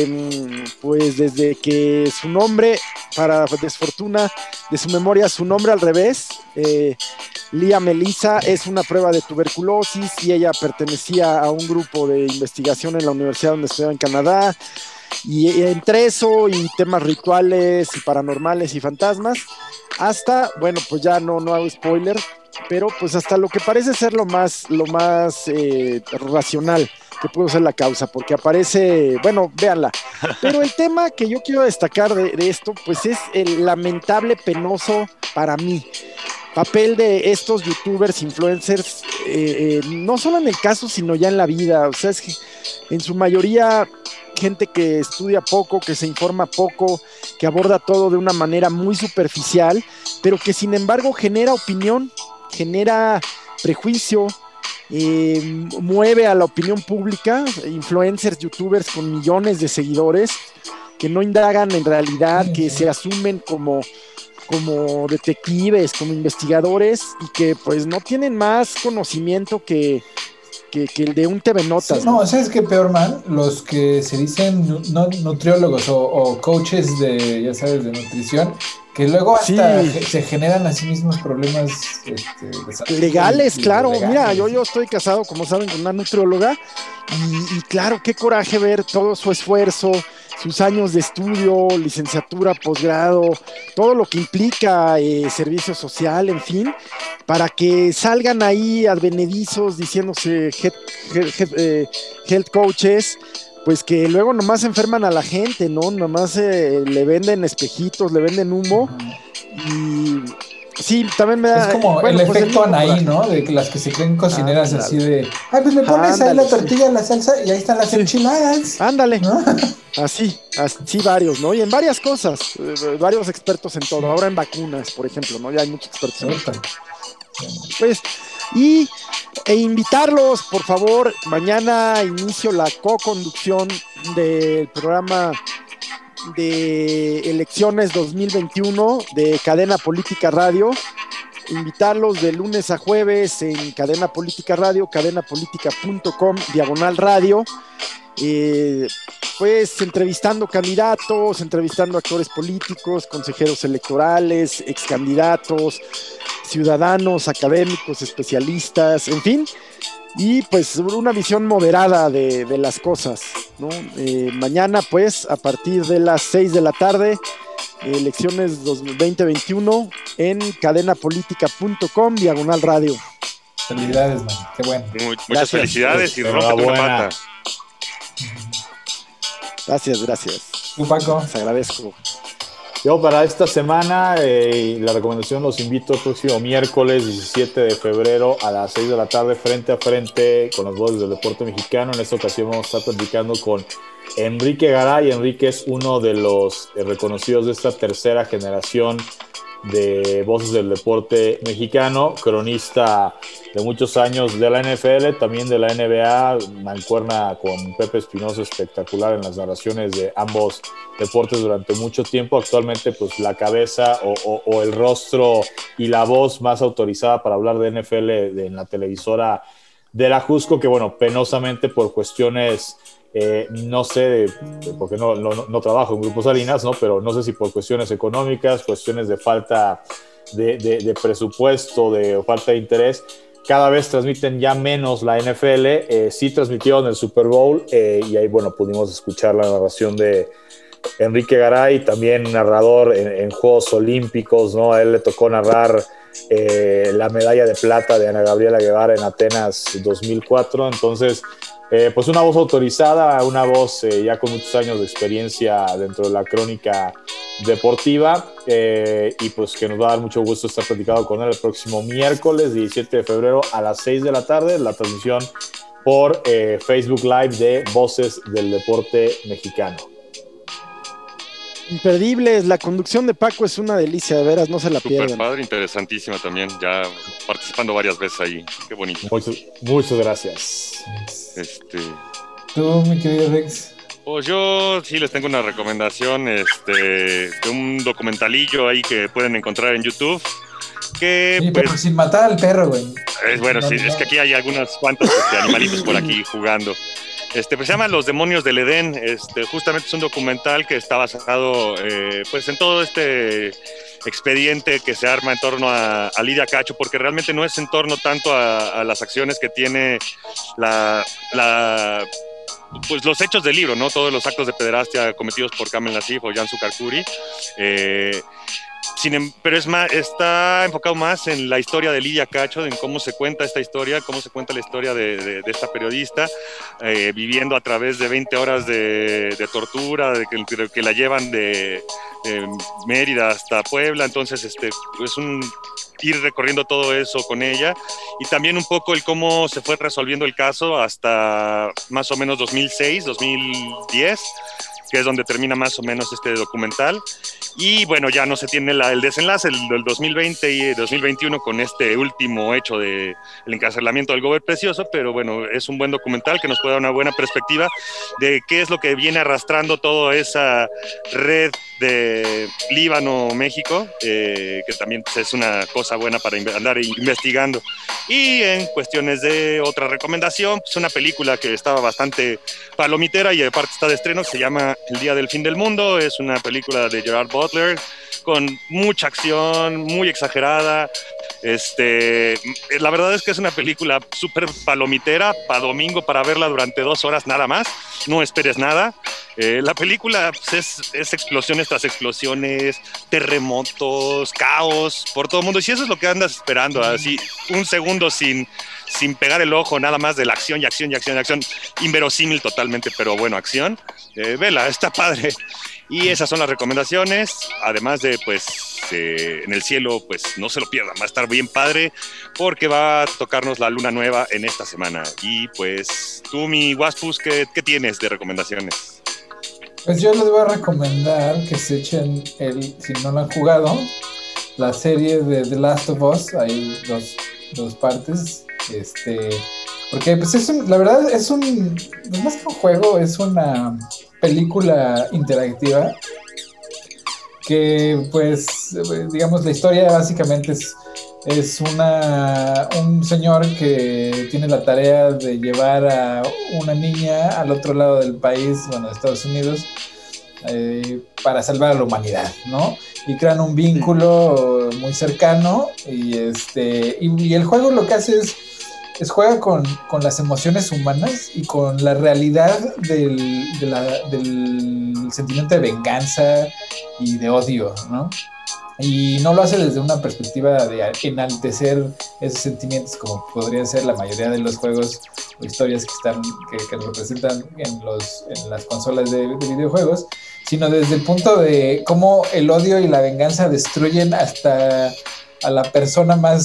Speaker 1: que su nombre, para desfortuna de su memoria, su nombre al revés, Liam Elisa, es una prueba de tuberculosis y ella pertenecía a un grupo de investigación en la universidad donde estudiaba en Canadá, y entre eso y temas rituales y paranormales y fantasmas, hasta, bueno, pues ya no hago spoiler, pero pues hasta lo que parece ser lo más racional que pudo ser la causa, porque aparece, bueno, véanla. Pero el tema que yo quiero destacar de esto, pues es el lamentable, penoso para mí papel de estos youtubers, influencers, no solo en el caso, sino ya en la vida. O sea, es que en su mayoría gente que estudia poco, que se informa poco, que aborda todo de una manera muy superficial, pero que sin embargo genera opinión, genera prejuicio, mueve a la opinión pública. Influencers, youtubers con millones de seguidores que no indagan en realidad, que se asumen como detectives, como investigadores, y que pues no tienen más conocimiento que el de un TV Notas.
Speaker 2: Sí, no, ¿sabes qué peor, man? Los que se dicen nutriólogos o coaches de, ya sabes, de nutrición, que luego hasta se generan a sí mismos problemas
Speaker 1: legales, claro. Legales. Mira, yo estoy casado, como saben, con una nutrióloga, y claro, qué coraje ver todo su esfuerzo, sus años de estudio, licenciatura, posgrado, todo lo que implica servicio social, en fin, para que salgan ahí advenedizos diciéndose health coaches, pues que luego nomás enferman a la gente, ¿no? Nomás le venden espejitos, le venden humo. Y sí, también me da...
Speaker 2: Es como el efecto Anaí, ¿no? De que las que se creen cocineras así de... Ay, pues le pones ahí la tortilla, la salsa y ahí están las enchiladas.
Speaker 1: Ándale.
Speaker 2: ¿No?
Speaker 1: Así varios, ¿no? Y en varias cosas, varios expertos en todo. Ahora en vacunas, por ejemplo, ¿no? Ya hay muchos expertos en vacunas. Pues, e invitarlos, por favor. Mañana inicio la co-conducción del programa de elecciones 2021 de Cadena Política Radio. invitarlos de lunes a jueves en Cadena Política Radio, cadenapolitica.com/radio. Pues entrevistando candidatos, entrevistando actores políticos, consejeros electorales, excandidatos, ciudadanos, académicos, especialistas, en fin, y pues una visión moderada de las cosas, ¿no? Mañana pues a partir de las 6 de la tarde, elecciones 2021 en cadenapolitica.com/radio.
Speaker 2: Felicidades, man, qué bueno.
Speaker 3: Muchas felicidades y rómpete una pata.
Speaker 1: Gracias.
Speaker 2: ¿Tú, Paco?
Speaker 1: Les agradezco.
Speaker 4: Yo para esta semana, la recomendación, los invito el próximo miércoles 17 de febrero a las 6 de la tarde, frente a frente con las voces del deporte mexicano. En esta ocasión vamos a estar platicando con Enrique Garay. Enrique es uno de los reconocidos de esta tercera generación de voces del deporte mexicano, cronista de muchos años de la NFL, también de la NBA, mancuerna con Pepe Espinosa espectacular en las narraciones de ambos deportes durante mucho tiempo. Actualmente pues la cabeza o el rostro y la voz más autorizada para hablar de NFL en la televisora de la Jusco, que bueno, penosamente por cuestiones no sé, porque no trabajo en Grupo Salinas, ¿no? Pero no sé si por cuestiones económicas, cuestiones de falta de presupuesto, o falta de interés, cada vez transmiten ya menos la NFL. Sí transmitieron el Super Bowl y ahí, bueno, pudimos escuchar la narración de Enrique Garay, también narrador en Juegos Olímpicos, ¿no? A él le tocó narrar la medalla de plata de Ana Gabriela Guevara en Atenas 2004, entonces pues una voz autorizada, una voz ya con muchos años de experiencia dentro de la crónica deportiva, y pues que nos va a dar mucho gusto estar platicando con él el próximo miércoles 17 de febrero a las 6 de la tarde, la transmisión por Facebook Live de Voces del Deporte Mexicano.
Speaker 1: Imperdibles, la conducción de Paco es una delicia, de veras, no se la pierdan.
Speaker 3: Súper padre, interesantísima también, ya participando varias veces ahí, qué bonito.
Speaker 4: Muchas gracias.
Speaker 2: ¿Tú, mi querido Rex?
Speaker 3: Pues yo sí les tengo una recomendación de un documentalillo ahí que pueden encontrar en YouTube. Que,
Speaker 2: sí,
Speaker 3: pues,
Speaker 2: pero sin matar al perro, güey.
Speaker 3: Bueno, sí, es que aquí hay algunos cuantos animalitos por aquí jugando. Pues se llama Los Demonios del Edén. Justamente es un documental que está basado pues en todo este expediente que se arma en torno a Lidia Cacho, porque realmente no es en torno tanto a las acciones que tiene pues los hechos del libro, ¿no? Todos los actos de pederastia cometidos por Kamel Nassif o Jan Sukarkuri. Pero está enfocado más en la historia de Lidia Cacho, en cómo se cuenta esta historia, cómo se cuenta la historia de esta periodista, viviendo a través de 20 horas de tortura, que la llevan de Mérida hasta Puebla. Entonces es ir recorriendo todo eso con ella, y también un poco el cómo se fue resolviendo el caso hasta más o menos 2006, 2010, que es donde termina más o menos este documental. Y bueno, ya no se tiene el desenlace del 2020 y 2021 con este último hecho del encarcelamiento del Gober Precioso, pero bueno, es un buen documental que nos puede dar una buena perspectiva de qué es lo que viene arrastrando toda esa red de Líbano-México, que también es una cosa buena para andar investigando. Y en cuestiones de otra recomendación, pues una película que estaba bastante palomitera y aparte está de estreno, que se llama El Día del Fin del Mundo. Es una película de Gerard Butler con mucha acción, muy exagerada. La verdad es que es una película súper palomitera para domingo, para verla durante 2 horas nada más. No esperes nada. La película pues, es explosiones tras explosiones, terremotos, caos por todo el mundo. Y si eso es lo que andas esperando, así un segundo sin pegar el ojo, nada más de la acción y acción y acción y acción, inverosímil totalmente, pero bueno, acción, vela, está padre. Y esas son las recomendaciones, además de, pues, en el cielo, pues, no se lo pierdan, va a estar bien padre, porque va a tocarnos la luna nueva en esta semana. Y, pues, tú, mi Waspus, ¿qué tienes de recomendaciones?
Speaker 2: Pues yo les voy a recomendar que se echen, si no lo han jugado, la serie de The Last of Us. Hay dos partes, porque, pues, la verdad, es más que un juego, es una película interactiva que, pues, digamos, la historia básicamente es Es un señor que tiene la tarea de llevar a una niña al otro lado del país, bueno, de Estados Unidos, para salvar a la humanidad, ¿no? Y crean un vínculo muy cercano y el juego lo que hace es juega con las emociones humanas y con la realidad del sentimiento de venganza y de odio, ¿no? Y no lo hace desde una perspectiva de enaltecer esos sentimientos como podrían ser la mayoría de los juegos o historias que representan en las consolas de videojuegos, sino desde el punto de cómo el odio y la venganza destruyen hasta a la persona más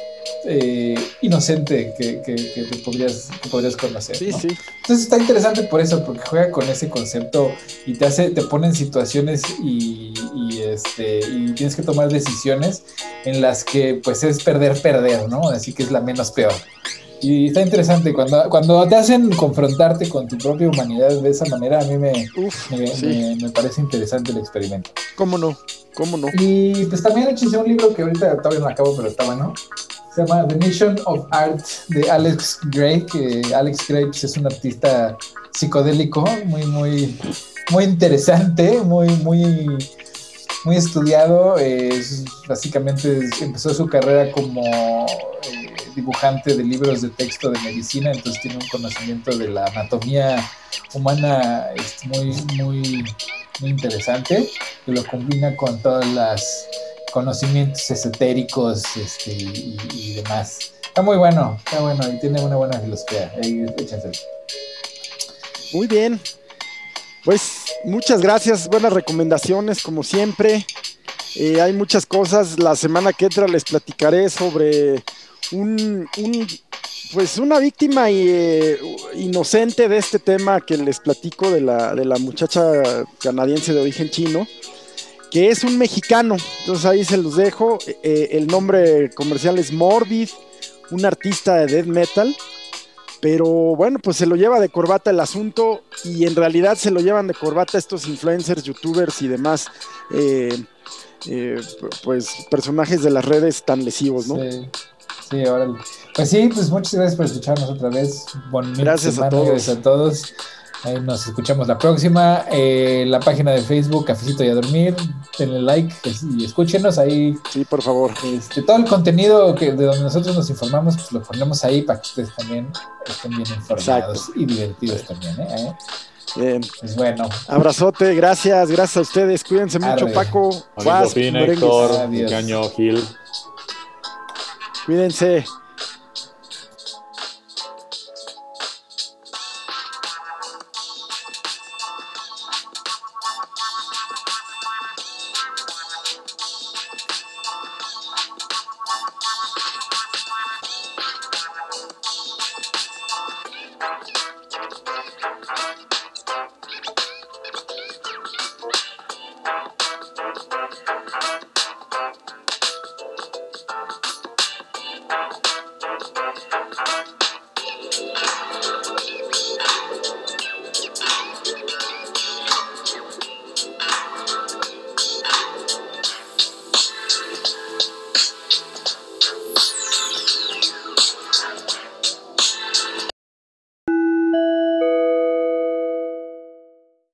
Speaker 2: inocente que podrías conocer,
Speaker 1: Sí,
Speaker 2: ¿no?
Speaker 1: sí.
Speaker 2: Entonces está interesante por eso, porque juega con ese concepto y te pone en situaciones y tienes que tomar decisiones en las que pues es perder, ¿no? Así que es la menos peor. Y está interesante, cuando te hacen confrontarte con tu propia humanidad de esa manera, a mí me parece interesante el experimento.
Speaker 1: ¿Cómo no? ¿Cómo no?
Speaker 2: Y pues también échense un libro que ahorita todavía no acabo, pero está bueno. Se llama The Mission of Art de Alex Gray, que Alex Gray pues, es un artista psicodélico muy interesante, muy estudiado. Básicamente empezó su carrera como dibujante de libros de texto de medicina, entonces tiene un conocimiento de la anatomía humana muy interesante, que lo combina con todas las conocimientos esotéricos y demás. Está muy bueno y tiene una buena filosofía. Échense.
Speaker 1: Muy bien. Pues muchas gracias, buenas recomendaciones como siempre. Hay muchas cosas. La semana que entra les platicaré sobre pues una víctima inocente de este tema que les platico de la muchacha canadiense de origen chino, que es un mexicano. Entonces ahí se los dejo. El nombre comercial es Morbid, un artista de death metal. Pero bueno, pues se lo lleva de corbata el asunto, y en realidad se lo llevan de corbata estos influencers, youtubers y demás, pues personajes de las redes tan lesivos, ¿no?
Speaker 2: Sí, órale. Pues sí, pues muchas gracias por escucharnos otra vez.
Speaker 1: Gracias a todos.
Speaker 2: Gracias a todos. Ahí nos escuchamos la próxima. La página de Facebook, Cafecito y a Dormir. Denle like y escúchenos ahí.
Speaker 1: Sí, por favor.
Speaker 2: Todo el contenido de donde nosotros nos informamos, pues lo ponemos ahí para que ustedes también estén bien informados. Exacto. Y divertidos también, ¿eh?
Speaker 1: Bien.
Speaker 2: Pues bueno.
Speaker 1: Abrazote, gracias a ustedes. Cuídense mucho, Paco.
Speaker 4: Héctor, Caño, Gil.
Speaker 1: Cuídense.